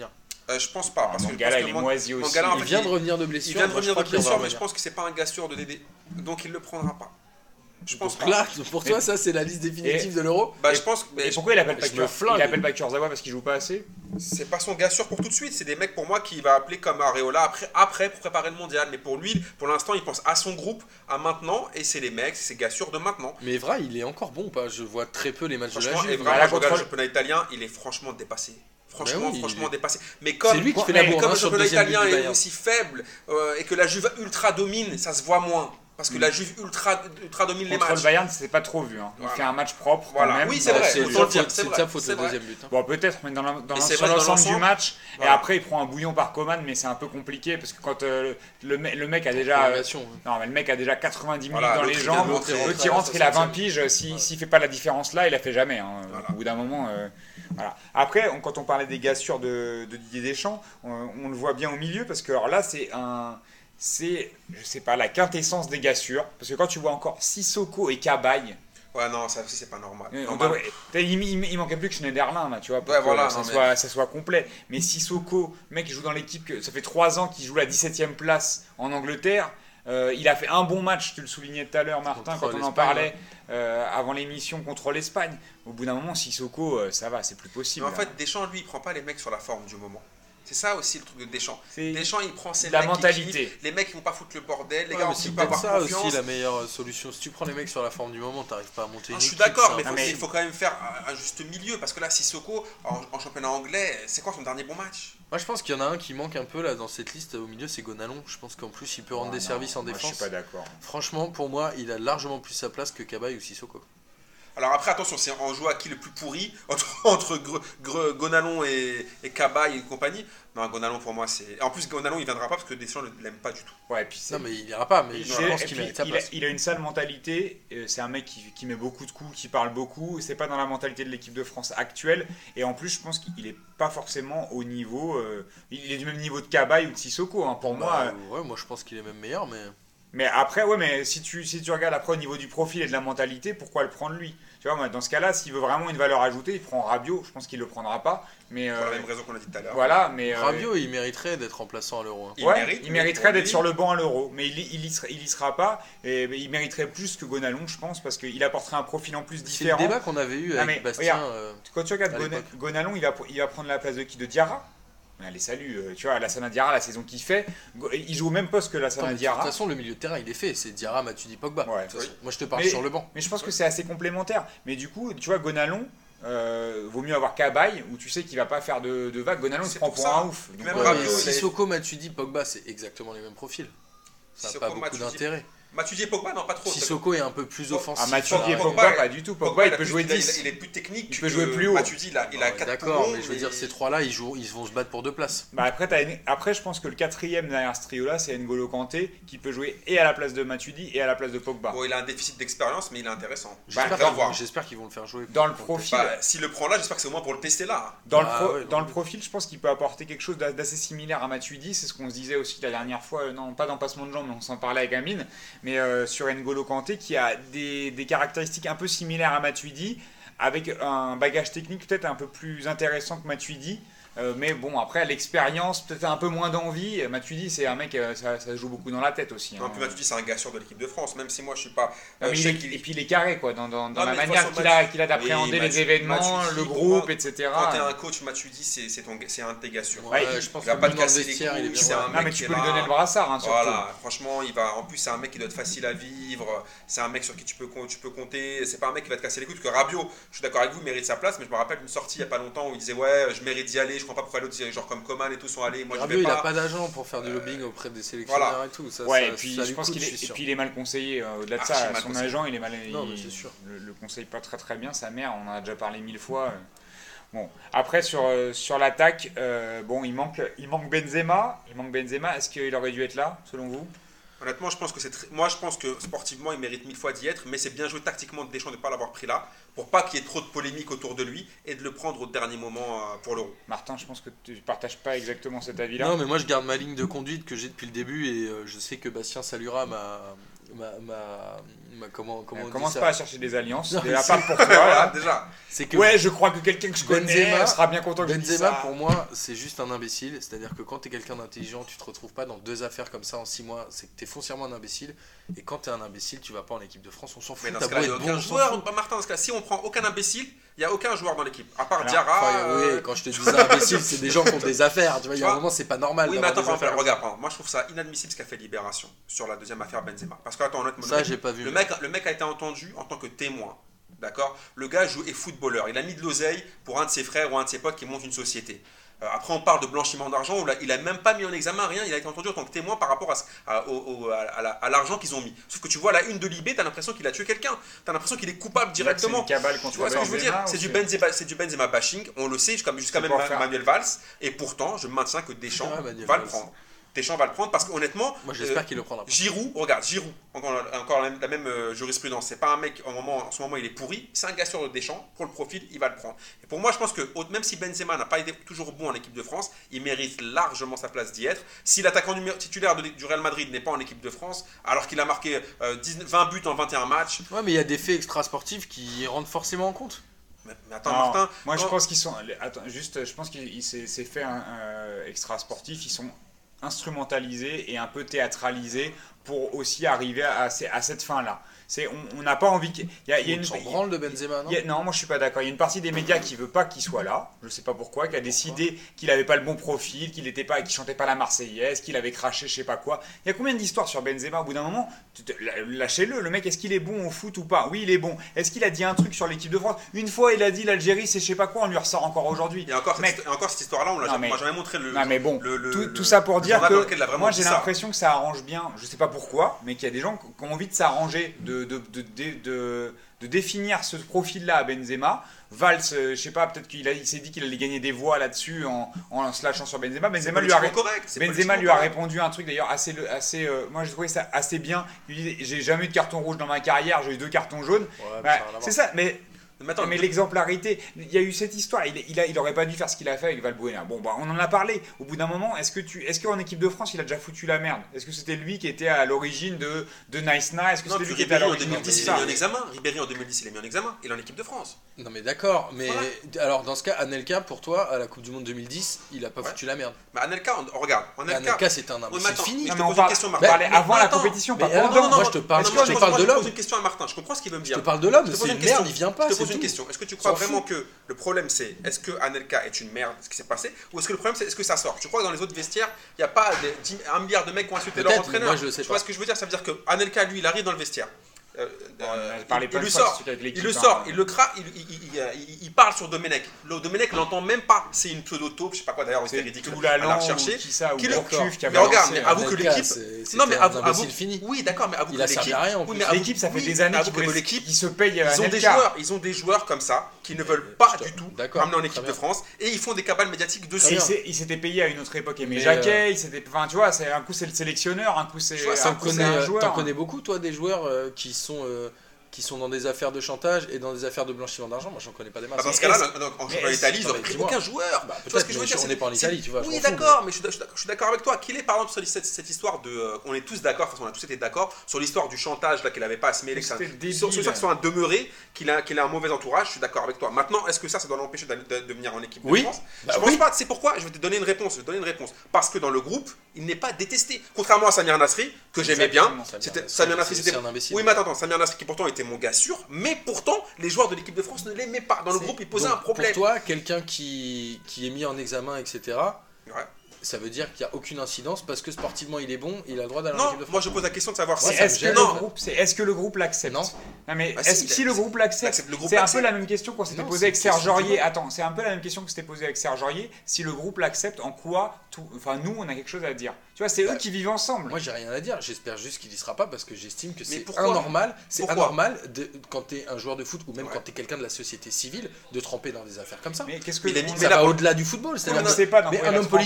S3: Euh, je pense pas.
S1: Ah,
S3: Parce que,
S1: Mangala,
S3: parce que
S1: il est
S3: Man-
S1: moisi aussi.
S3: Mangala, en
S2: Il
S3: fait,
S2: vient
S3: il-
S2: de revenir de
S3: il
S2: blessure.
S3: vient de
S2: moi,
S3: revenir
S2: crois
S3: de
S2: qu'il va
S3: blessure, mais je
S2: revenir.
S3: pense que c'est pas un gars sûr de l'aider. Donc il le prendra pas. Je pense
S2: Donc
S3: pas.
S2: là, pour toi, ça c'est la liste définitive de l'Euro.
S3: Bah,
S1: Et-
S3: je pense que mais
S1: Et pourquoi il appelle pas
S2: je me
S1: Kur-
S2: flingue.
S1: il appelle pas Kurzawa parce qu'il joue pas assez?
S3: c'est pas son gars sûr pour tout de suite. C'est des mecs pour moi qu'il va appeler comme Areola après, après pour préparer le mondial. Mais pour lui, pour l'instant, il pense à son groupe, à maintenant, et c'est les mecs, c'est ses gars sûrs de maintenant.
S2: Mais Evra, il est encore bon ou pas? Je vois très peu les matchs de la
S3: Franchement, et
S2: Juve.
S3: vraiment,
S1: Voilà,
S3: je regarde
S1: contre-
S3: le championnat italien, il est franchement dépassé. Franchement,
S2: Bah oui,
S3: franchement
S2: il est-
S3: dépassé. Mais comme,
S2: C'est lui qui fait
S3: mais
S2: la bourre,
S3: comme
S2: hein,
S3: le
S2: sur le
S3: championnat
S2: deuxième but
S3: italien
S2: du
S3: est
S2: Bayern.
S3: aussi faible euh, et que la Juve ultra domine, ça se voit moins. Parce que la Juve ultra, ultra domine les
S1: Contre le
S3: matchs.
S1: Bayern, c'est pas trop vu. Hein. Il
S3: Voilà.
S1: fait un match propre
S3: Voilà.
S1: quand même.
S3: Oui, c'est
S1: Bah,
S3: vrai.
S2: C'est
S3: Autant
S2: de
S3: le
S2: sa
S3: dire,
S2: faute,
S3: c'est
S2: c'est de
S3: vrai,
S2: sa faute
S3: c'est
S2: le
S3: vrai.
S2: deuxième but. hein.
S1: Bon, peut-être, mais dans la- dans
S3: Et
S1: la-
S3: c'est
S1: sur
S3: vrai que dans
S1: l'ensemble du
S3: l'ensemble,
S1: match.
S3: voilà.
S1: Et après, il prend un bouillon par Coman, mais c'est un peu compliqué parce que quand euh, le, me- le mec a déjà. euh,
S2: Prolongation, ouais.
S1: non, mais le mec a déjà quatre-vingt-dix minutes
S3: Voilà,
S1: dans
S3: l'autre,
S1: les
S3: il vient de
S1: jambes.
S3: rentrer,
S1: L'autre,
S3: rentrer
S1: il
S3: à
S1: rentre,
S3: la
S1: il a vingt
S3: soixantième.
S1: piges. S'il
S2: Voilà.
S1: s'il fait pas la différence là, il a fait jamais. Hein.
S3: Voilà.
S1: Au bout d'un moment. euh, Voilà. Après, on- quand on parlait des gars sûrs de, de Didier Deschamps, on, on le voit bien au milieu parce que alors là, c'est un. C'est, je sais pas, la quintessence des gars sûrs. Parce que quand tu vois encore Sissoko et Cabaye.
S3: Ouais, non, ça aussi, c'est pas normal.
S1: Euh, on
S3: Normal.
S1: devrait- il, il- il manquait plus que Schneiderlin, là, tu vois, pour
S3: Ouais,
S1: que
S3: voilà,
S1: ça,
S3: non, mais-
S1: soit, ça soit complet. Mais Sissoko, le mec, il joue dans l'équipe, que ça fait trois ans qu'il joue la dix-septième place en Angleterre. Euh, il a fait un bon match, tu le soulignais tout à l'heure, Martin,
S2: Contre
S1: quand on en
S2: l'Espagne,
S1: parlait euh, avant l'émission contre l'Espagne. Au bout d'un moment, Sissoko, euh, ça va, c'est plus possible.
S3: Mais en
S1: là.
S3: fait, Deschamps, lui, il prend pas les mecs sur la forme du moment. C'est ça aussi le truc de Deschamps.
S1: c'est
S3: Deschamps, il prend ses
S1: la
S3: mecs qui
S1: mentalité.
S3: kiffent, les mecs qui vont pas foutre le bordel, les
S2: Ouais,
S3: gars
S2: mais
S3: en qui
S2: c'est
S3: il peut
S2: peut-être
S3: avoir
S2: ça
S3: confiance.
S2: aussi la meilleure solution. Si tu prends les mecs sur la forme du moment, t'arrives pas à monter
S3: Ah,
S2: une
S3: je suis
S2: équipe,
S3: d'accord,
S2: c'est
S3: mais
S2: un
S3: faut-
S2: peu-
S3: il faut quand même faire un, un juste milieu parce que là, Sissoko, en, en championnat anglais, c'est quoi son dernier bon match?
S2: Moi je pense qu'il y en a un qui manque un peu là dans cette liste au milieu, c'est Gonalon. Je pense qu'en plus il peut rendre
S1: Ah,
S2: des
S1: non,
S2: services en
S1: moi,
S2: défense.
S1: Je suis pas d'accord.
S2: Franchement, pour moi, il a largement plus sa place que Cabaye ou Sissoko.
S3: Alors après, attention, c'est en joue à qui le plus pourri entre, entre Gre- Gre- Gonalon et, et Cabaye et compagnie. Non, Gonalon pour moi, c'est. En plus, Gonalon il viendra pas parce que Deschamps ne l'aime pas du tout.
S1: Ouais, puis c'est-
S2: Non mais il ira pas, mais je
S1: C'est-
S2: pense
S1: et
S2: qu'il
S1: puis,
S2: mérite sa
S1: il, a,
S2: place.
S1: il a une sale mentalité, euh, c'est un mec qui, qui met beaucoup de coups, qui parle beaucoup, c'est pas dans la mentalité de l'équipe de France actuelle, et en plus je pense qu'il est pas forcément au niveau, euh, il est du même niveau de Cabaye ou de Sissoko, hein, pour moi.
S2: Bah, ouais, moi je pense qu'il est même meilleur, mais
S1: Mais après, ouais, mais si tu, si tu regardes après au niveau du profil et de la mentalité, pourquoi le prendre lui? Tu vois, moi, dans ce cas-là, s'il veut vraiment une valeur ajoutée, il prend Rabiot, je pense qu'il le prendra pas, mais
S3: Pour
S1: euh,
S3: la même raison qu'on a dit tout à l'heure.
S1: voilà, mais... euh,
S2: Rabiot il mériterait d'être remplaçant à l'Euro. hein.
S3: Il
S1: ouais,
S3: mérite,
S1: il
S3: mais
S1: mériterait
S3: pour
S1: d'être
S3: lui-
S1: sur le banc à l'Euro, mais il, y- il, y sera, il y sera pas, et mais il mériterait plus que Gonalon, je pense, parce qu'il apporterait un profil en plus
S2: C'est le
S1: différent.
S2: débat qu'on avait eu
S1: Ah,
S2: avec
S1: mais
S2: Bastien.
S1: regarde.
S2: euh,
S1: Quand tu regardes
S2: à
S1: Gona-
S2: l'époque.
S1: Gonalon, il va, il va prendre la place de qui? De Diarra. Allez, salut, euh, tu vois, Lassana Diarra, la saison qu'il fait, Go- il joue au même poste que
S2: Attends,
S1: Lassana
S2: mais de toute
S1: Diarra.
S2: façon, le milieu de terrain il est fait, c'est Diarra, Matuidi, Pogba.
S1: Ouais.
S2: De toute façon, moi je te parle
S1: Mais-
S2: sur le banc.
S1: Mais je pense que c'est assez complémentaire. Mais du coup, tu vois, Gonalon, euh, vaut mieux avoir Cabaye, où tu sais qu'il va pas faire de, de vagues. Gonalon, il se
S3: C'est
S1: prend
S3: pour
S1: pour
S3: ça.
S1: un ouf. Donc,
S3: Même
S1: euh,
S2: Ouais,
S3: Rabiot,
S2: mais
S3: il a-
S2: Sissoko, Matuidi, Pogba, c'est exactement les mêmes profils. Ça n'a
S3: Sissoko,
S2: pas beaucoup
S3: Matuidi.
S2: d'intérêt.
S3: Matuidi et Pogba, non, pas trop.
S2: Sissoko est un peu plus
S3: Oh,
S2: offensif.
S1: Ah, Matuidi et
S3: Pogba,
S1: Pogba,
S3: il-
S1: pas du tout. Pogba, il
S3: a
S1: peut
S3: plus-
S1: jouer
S3: il a-
S1: dix.
S3: Il est plus technique.
S1: Il
S3: que
S1: peut jouer plus haut.
S3: Matuidi, il a, il a
S2: Ouais,
S3: quatre
S2: D'accord,
S3: poumons,
S2: mais je veux dire, ces trois-là, ils, jouent- ils vont se battre pour deux places.
S1: Bah après, t'as une- après, je pense que le quatrième derrière ce trio-là, c'est N'Golo Kanté, qui peut jouer et à la place de Matuidi et à la place de Pogba.
S3: Bon, il a un déficit d'expérience, mais il est intéressant.
S2: J'espère
S3: Bah,
S2: qu'ils
S3: on va voir.
S2: j'espère qu'ils vont le faire jouer.
S1: Dans le
S2: Pour-
S1: profil,
S3: Bah, s'il le prend là, j'espère que c'est au moins pour le tester là.
S1: Dans, le,
S2: Ah
S1: pro-
S2: ouais,
S1: dans
S2: non,
S1: le
S2: mais-
S1: profil, je pense qu'il peut apporter quelque chose d'a- d'assez similaire à Matuidi. C'est ce qu'on se disait aussi la dernière fois, euh, non pas dans Passement de Jambes, mais on s'en parlait avec Amine, mais euh, sur N'Golo Kanté qui a des, des caractéristiques un peu similaires à Matuidi, avec un bagage technique peut-être un peu plus intéressant que Matuidi. Euh, mais bon, après, l'expérience, peut-être un peu moins d'envie. Matuidi, c'est un mec, euh, ça, ça se joue beaucoup dans la tête aussi.
S3: Non,
S1: hein.
S3: puis Matuidi, c'est un gars sûr de l'équipe de France, même si moi je suis pas.
S1: Non,
S3: euh,
S1: mais
S3: je
S1: il
S3: sais
S1: est-
S3: qu'il-
S1: et puis il est carré quoi, dans, dans, dans
S3: Non,
S1: la
S3: mais de toute
S1: manière
S3: façon,
S1: qu'il a,
S3: Matuidi-
S1: qu'il a d'appréhender
S3: Oui,
S1: les
S3: Matuidi-
S1: événements,
S3: Matuidi,
S1: le
S3: pour
S1: groupe,
S3: moi,
S1: et cetera.
S3: Quand t'es un coach, Matuidi, c'est c'est ton- c'est un de tes gars sûrs.
S1: Ouais,
S2: Ouais,
S1: il-
S2: je pense
S3: il va
S2: que
S3: pas
S2: même
S3: te
S2: dans le
S3: casser les
S2: vestiaire, il est
S3: couilles,
S2: bien.
S3: c'est un
S1: Non,
S3: mec
S1: mais
S3: qui
S1: tu
S3: est
S1: peux lui
S3: là.
S1: donner le brassard, hein, surtout.
S3: Voilà, franchement, il va. En plus, c'est un mec qui doit être facile à vivre. C'est un mec sur qui tu peux, con- tu peux compter. C'est pas un mec qui va te casser les couilles. Parce que Rabiot, je suis d'accord avec vous, mérite sa place. Mais je me rappelle d'une sortie il y a pas longtemps où il disait ouais, je mérite d'y aller. Je comprends pas pourquoi l'autre, genre comme Coman et tout sont allés. Moi, je
S2: Rabiot,
S3: vais
S2: il a
S3: pas.
S2: pas d'agent pour faire du lobbying auprès des sélectionneurs
S3: Voilà.
S2: et tout. Ça,
S1: Ouais,
S2: ça-
S1: et puis
S2: ça
S1: je
S2: lui
S1: pense
S2: coûte,
S1: qu'il
S2: je
S1: est,
S2: suis
S1: et
S2: sûr.
S1: puis il est mal conseillé. euh, Au-delà de
S3: Archi
S1: ça,
S3: mal
S1: son
S3: conseillé.
S1: agent, il est mal,
S2: Non,
S1: il-
S2: mais c'est sûr.
S1: Le, le conseille pas très très bien. Sa mère, on en a déjà parlé mille fois. euh. Bon, après sur euh, sur l'attaque, euh, bon, il manque il manque Benzema. Il manque Benzema. Est-ce qu'il aurait dû être là, selon vous?
S3: Honnêtement, je pense que c'est très- moi, je pense que sportivement, il mérite mille fois d'y être, mais c'est bien joué tactiquement de Deschamps de ne pas l'avoir pris là, pour pas qu'il y ait trop de polémique autour de lui et de le prendre au dernier moment euh, pour l'Euro.
S1: Martin, je pense que tu partages pas exactement cet avis-là.
S2: Non, mais moi je garde ma ligne de conduite que j'ai depuis le début et euh, je sais que Bastien Salura m'a ma, ma, ma comment comment on dit
S1: Commence
S2: ça
S1: pas à chercher des alliances.
S2: Non,
S1: Déjà
S2: c'est-
S1: pas pour toi.
S3: Voilà,
S1: là.
S3: déjà.
S2: C'est que
S1: Ouais, je crois que quelqu'un que je connais
S2: Benzema-
S1: sera bien content que je dise
S2: Benzema,
S1: ça.
S2: pour moi, c'est juste un imbécile. C'est-à-dire que quand t'es quelqu'un d'intelligent, tu te retrouves pas dans deux affaires comme ça en six mois. C'est que t'es foncièrement un imbécile. Et quand t'es un imbécile, tu vas pas en équipe de France. On s'en fout.
S3: Mais dans
S2: T'as
S3: ce cas-là,
S2: beau
S3: il n'y a
S2: être
S3: aucun
S2: bon, on s'en
S3: joueur.
S2: fout.
S3: Pas Martin, dans ce cas, si on prend aucun imbécile, il n'y a aucun joueur dans l'équipe. À part
S1: Alors,
S3: Diarra.
S2: Enfin,
S3: euh,
S2: oui, quand je te dis imbécile, c'est des gens qui ont des affaires. Tu vois, il y a un
S3: vois
S2: moment, c'est pas normal.
S3: Oui, mais
S2: d'avoir
S3: attends,
S2: des affaires.
S3: regarde, regarde, moi je trouve ça inadmissible ce qu'a fait Libération sur la deuxième affaire Benzema. Parce que, attends, honnêtement,
S2: Ça,
S3: le,
S2: j'ai pas vu.
S3: le mec, le mec a été entendu en tant que témoin. D'accord. Le gars joue, est footballeur. Il a mis de l'oseille pour un de ses frères ou un de ses potes qui monte une société. Euh, après, on parle de blanchiment d'argent. Où là, il a même pas mis en examen rien. Il a été entendu en tant que témoin par rapport à, ce- à, au- au- à- à la- à l'argent qu'ils ont mis. Sauf que tu vois la une de Libé, t'as l'impression qu'il a tué quelqu'un. T'as l'impression qu'il est coupable directement.
S1: C'est une cabale contre
S3: Tu vois ce que je veux dire?
S1: Benzema,
S3: C'est
S1: ou
S3: du Benzema, c'est du Benzema bashing. On le sait jusqu'à jusqu'à
S1: C'est
S3: même
S1: pour
S3: Ma-
S1: faire-
S3: Manuel Valls. Et pourtant, je maintiens que Deschamps
S2: C'est vrai, Manuel
S3: va le
S2: Valls.
S3: prendre. Deschamps va le prendre parce qu'honnêtement,
S2: Moi, j'espère qu'il le prendra pas.
S3: Giroud, regarde, Giroud, encore, encore la, la même euh, jurisprudence. C'est pas un mec, en, moment, en ce moment, il est pourri. C'est un gars sur le Deschamps. Pour le profil, il va le prendre. Et pour moi, je pense que au- même si Benzema n'a pas été toujours bon en équipe de France, il mérite largement sa place d'y être. Si l'attaquant numéro- titulaire de- du Real Madrid n'est pas en équipe de France, alors qu'il a marqué euh, dix-neuf vingt buts en vingt et un matchs.
S2: Ouais, mais il y a des faits extrasportifs qui rentrent forcément en compte.
S3: Mais, mais attends,
S1: Non,
S3: Martin.
S1: moi je
S3: quand-
S1: pense qu'ils sont. Attends, juste, je pense qu'ils c'est c'est fait un, euh, extra sportif. Ils sont instrumentalisés et un peu théâtralisés pour aussi arriver à, ces- à cette fin là. C'est on on n'a pas envie qu'il y a, il y a
S2: On
S1: une.
S2: s'en branle de Benzema, non
S1: il y a- non, moi je suis pas d'accord. Il y a une partie des médias qui veut pas qu'il soit là. Je sais pas pourquoi, qui a décidé qu'il avait pas le bon profil, qu'il était pas, qu'il chantait pas la Marseillaise, qu'il avait craché, je sais pas quoi. Il y a combien d'histoires sur Benzema au bout d'un moment tu te- lâchez-le. Le mec, est-ce qu'il est bon au foot ou pas? Oui, il est bon. Est-ce qu'il a dit un truc sur l'équipe de France? Une fois, il a dit l'Algérie, c'est je sais pas quoi. On lui ressort encore aujourd'hui.
S3: Et encore,
S1: Mec,
S3: cette, et encore cette histoire-là, on l'a
S1: Non,
S3: jamais,
S1: mais-
S3: on m'a jamais montré le.
S1: non mais bon,
S3: le- le-
S1: tout,
S3: le-
S1: tout ça pour
S3: le
S1: dire
S3: journal dans lequel
S1: que
S3: il a vraiment
S1: moi
S3: dit
S1: j'ai
S3: ça.
S1: l'impression que ça arrange bien, je sais pas pourquoi, mais qu'il y a des gens qui ont envie de s'arranger, de, de, de, de, de- de définir ce profil-là à Benzema. Valls, euh, je sais pas, peut-être qu'il a- il s'est dit qu'il allait gagner des voix là-dessus en, en se lâchant sur Benzema. Benzema lui a,
S3: Politiquement correct, c'est
S1: Benzema
S3: politiquement
S1: lui a
S3: correct.
S1: répondu un truc d'ailleurs assez, le- assez euh, moi j'ai trouvé ça assez bien. Il lui dit, j'ai jamais eu de carton rouge dans ma carrière, j'ai eu deux cartons jaunes.
S2: Ouais, mais
S1: Bah,
S2: ça a rien à voir.
S1: c'est ça, mais
S3: Mais attends,
S1: mais l'exemplarité, il y a eu cette histoire, il, il, a, il aurait pas dû faire ce qu'il a fait avec Valbuena. Bon, bah, on en a parlé. Au bout d'un moment, est-ce que tu, est-ce qu'en équipe de France, il a déjà foutu la merde? Est-ce que c'était lui qui était à l'origine de, de Nice Nice? Est-ce que
S3: non,
S1: c'était
S3: puis
S1: lui qui était à
S3: Ribéry en
S1: l'origine
S3: deux mille dix,
S1: de
S3: il
S1: ça?
S3: est mis en examen. Ribéry en deux mille dix, il est mis en examen. Il est en équipe de France.
S2: Non, mais d'accord. Mais
S3: Voilà.
S2: alors, dans ce cas, Anelka, pour toi, à la Coupe du Monde deux mille dix, il a pas
S3: Ouais.
S2: foutu la merde.
S3: Mais Anelka, on, on regarde. Anelka,
S2: Anelka, c'était un
S3: Oui, mais
S2: imbécile
S3: attends,
S2: fini.
S3: je
S1: Non,
S3: te
S1: mais on
S3: pose
S1: parle-
S3: une question,
S1: on
S3: Martin.
S1: parlait
S3: Mais
S1: avant la
S3: attends.
S1: compétition,
S2: Mais
S1: pas
S2: alors,
S1: pendant.
S2: non, non, moi, je te parle-
S3: non,
S2: moi, je te parle de
S3: Je te
S2: l'homme.
S3: pose une question à Martin. Je comprends ce qu'il veut me
S2: Je
S3: dire.
S2: te parle de l'homme,
S3: Je te
S2: c'est
S3: pose
S2: une
S3: une
S2: merde,
S3: question.
S2: il vient pas.
S3: Je te
S2: c'est
S3: pose une
S2: tout.
S3: question. Est-ce que tu crois
S2: S'en
S3: vraiment
S2: fout.
S3: que le problème c'est est-ce que Anelka est une merde, ce qui s'est passé, ou est-ce que le problème c'est est-ce que ça sort? Tu crois que dans les autres vestiaires, il n'y a pas des, dix- un milliard de mecs qui ont insulté leur
S2: Peut-être, mais
S3: entraîneur?
S2: moi, je le sais
S3: Tu vois
S2: pas.
S3: ce que je veux dire? Ça veut dire que Anelka, lui, il arrive dans le vestiaire. Euh, euh,
S1: je parlais
S3: il,
S1: pas
S3: il
S1: de
S3: le
S1: fois,
S3: sort,
S1: c'est avec l'équipe,
S3: il le
S1: hein.
S3: sort, il le craque, il, il, il, il- il parle sur Domenech. Le Domenech l'entend même pas. C'est une pseudo-taupe, je sais pas quoi d'ailleurs, c'était
S1: C'est
S3: ridicule.
S1: tout
S3: à
S1: la
S3: la
S1: langue,
S3: rechercher.
S1: ou qui ça, ou
S3: Qui le-
S1: Gourcuff qui
S3: Mais
S1: avait
S3: regarde,
S1: lancé,
S3: mais avoue
S1: euh,
S3: que
S2: Anelka,
S3: l'équipe.
S2: c'est-
S3: Non mais
S2: c'était un
S3: avoue, avoue-
S2: imbécile fini.
S3: Oui, d'accord, mais avoue
S2: Il
S3: que
S2: a servi
S3: l'équipe.
S2: à rien, en
S3: oui,
S2: plus.
S3: mais avoue-
S1: L'équipe, ça fait
S3: oui,
S1: des années
S3: avoue
S1: qu'ils
S3: que
S1: voulaient-
S3: l'équipe.
S1: qu'ils se payent
S3: Ils ont des
S1: Anelka.
S3: joueurs, ils ont des joueurs comme ça qui ne veulent pas
S2: Je te-
S3: du tout
S2: d'accord,
S3: ramener en
S2: très
S3: équipe de
S2: bien.
S3: France et ils font des cabales médiatiques
S1: Et
S3: dessus.
S1: il
S2: bien.
S1: s'est- il s'était payé à une autre époque, Aimé
S2: Mais,
S1: Jacquet, il s'était, enfin tu vois, c'est un coup c'est le sélectionneur, un coup c'est
S3: Tu vois,
S1: un
S3: t'en
S1: coup, c'est
S2: Connais,
S1: un
S2: euh,
S1: joueur.
S2: T'en connais beaucoup, toi, des joueurs euh, qui sont euh, qui sont dans des affaires de chantage et dans des affaires de blanchiment d'argent? Moi, j'en connais pas des masses.
S3: Bah, dans ce
S1: Mais
S3: cas-là,
S1: est-ce-
S3: donc, en
S1: mais
S3: jouant en
S1: est-ce-
S3: Italie, ils
S2: non,
S3: n'auraient
S2: mais
S3: pris
S2: dis-moi.
S3: aucun joueur.
S2: Bah,
S3: Tu vois ce que
S2: peut-être,
S3: je veux
S2: mais
S3: dire?
S2: on
S3: c'est-
S2: n'est pas en
S3: c'est-
S2: Italie, tu vois, je
S3: Oui,
S2: m'en fous,
S3: d'accord, mais je suis d'ac- je suis d'accord avec toi. Qu'il est par exemple sur cette, cette histoire de. euh, on est tous d'accord, de toute façon, on a tous été d'accord sur l'histoire du chantage là qu'il n'avait pas à se mêler. que ça-
S1: C'était débile.
S3: Sur sur le fait que ce soit un demeuré, qu'il a, qu'il a un mauvais entourage, je suis d'accord avec toi. Maintenant, est-ce que ça, ça doit l'empêcher d'aller- de, de venir en équipe de
S2: Oui.
S3: France?
S2: Bah
S3: Je pense
S2: oui.
S3: pas. C'est pourquoi je vais te donner une réponse. Je vais te donner une réponse. Parce que dans le groupe, il n'est pas détesté. Contrairement à Samir Nasri, que j'aimais bien.
S1: Exactement,
S2: Samir
S3: C'était
S2: Nasri,
S3: Samir Nasri,
S2: c'est
S3: c'était
S2: aussi un imbécile.
S3: Oui, mais attends, attends, Samir Nasri qui pourtant était mon gars sûr, mais pourtant les joueurs de l'équipe de France ne l'aimaient pas. Dans le
S2: C'est-
S3: groupe, ils posaient
S2: donc,
S3: un problème.
S2: Pour toi, quelqu'un qui, qui est mis en examen, et cetera,
S3: Ouais.
S2: ça veut dire qu'il n'y a aucune incidence parce que sportivement il est bon, il a le droit d'aller en
S3: Non,
S2: équipe de France.
S3: moi je pose la question de savoir
S1: C'est
S3: si
S2: ça me
S1: est-ce que
S2: gêne.
S1: le
S3: Non.
S1: groupe, c'est est-ce que le groupe l'accepte?
S2: Non.
S1: Non, mais
S3: Bah
S1: est-ce
S3: si,
S1: que si
S3: il-
S1: le groupe l'accepte,
S3: l'accepte, le groupe
S1: c'est un peu
S3: l'accepte.
S1: la même question qu'on s'était
S2: Non,
S1: posée
S2: c'est
S1: avec
S2: une
S1: Serge
S2: question du
S1: Aurier.
S2: groupe.
S1: Attends, c'est un peu la même question que s'était posée avec Serge Aurier. Si le groupe l'accepte, en quoi tout, enfin nous on a quelque chose à dire. Tu vois, c'est
S2: Bah,
S1: eux qui vivent ensemble.
S2: Moi j'ai rien à dire, j'espère juste qu'il y sera pas parce que j'estime que c'est
S3: pourquoi
S2: anormal, c'est
S3: Pourquoi
S2: anormal de, quand t'es un joueur de foot ou même
S3: Ouais.
S2: quand t'es quelqu'un de la société civile de tremper dans des affaires comme ça.
S1: Mais qu'est-ce que
S3: Mais il a
S1: on-
S3: mis-
S2: Ça
S3: mais
S2: va
S3: là-
S2: au-delà du football,
S1: on
S2: c'est-à-dire
S1: ne sait pas dans
S2: mais
S1: quoi
S2: un
S1: il a
S2: homme
S1: trempé.
S2: politique,
S1: On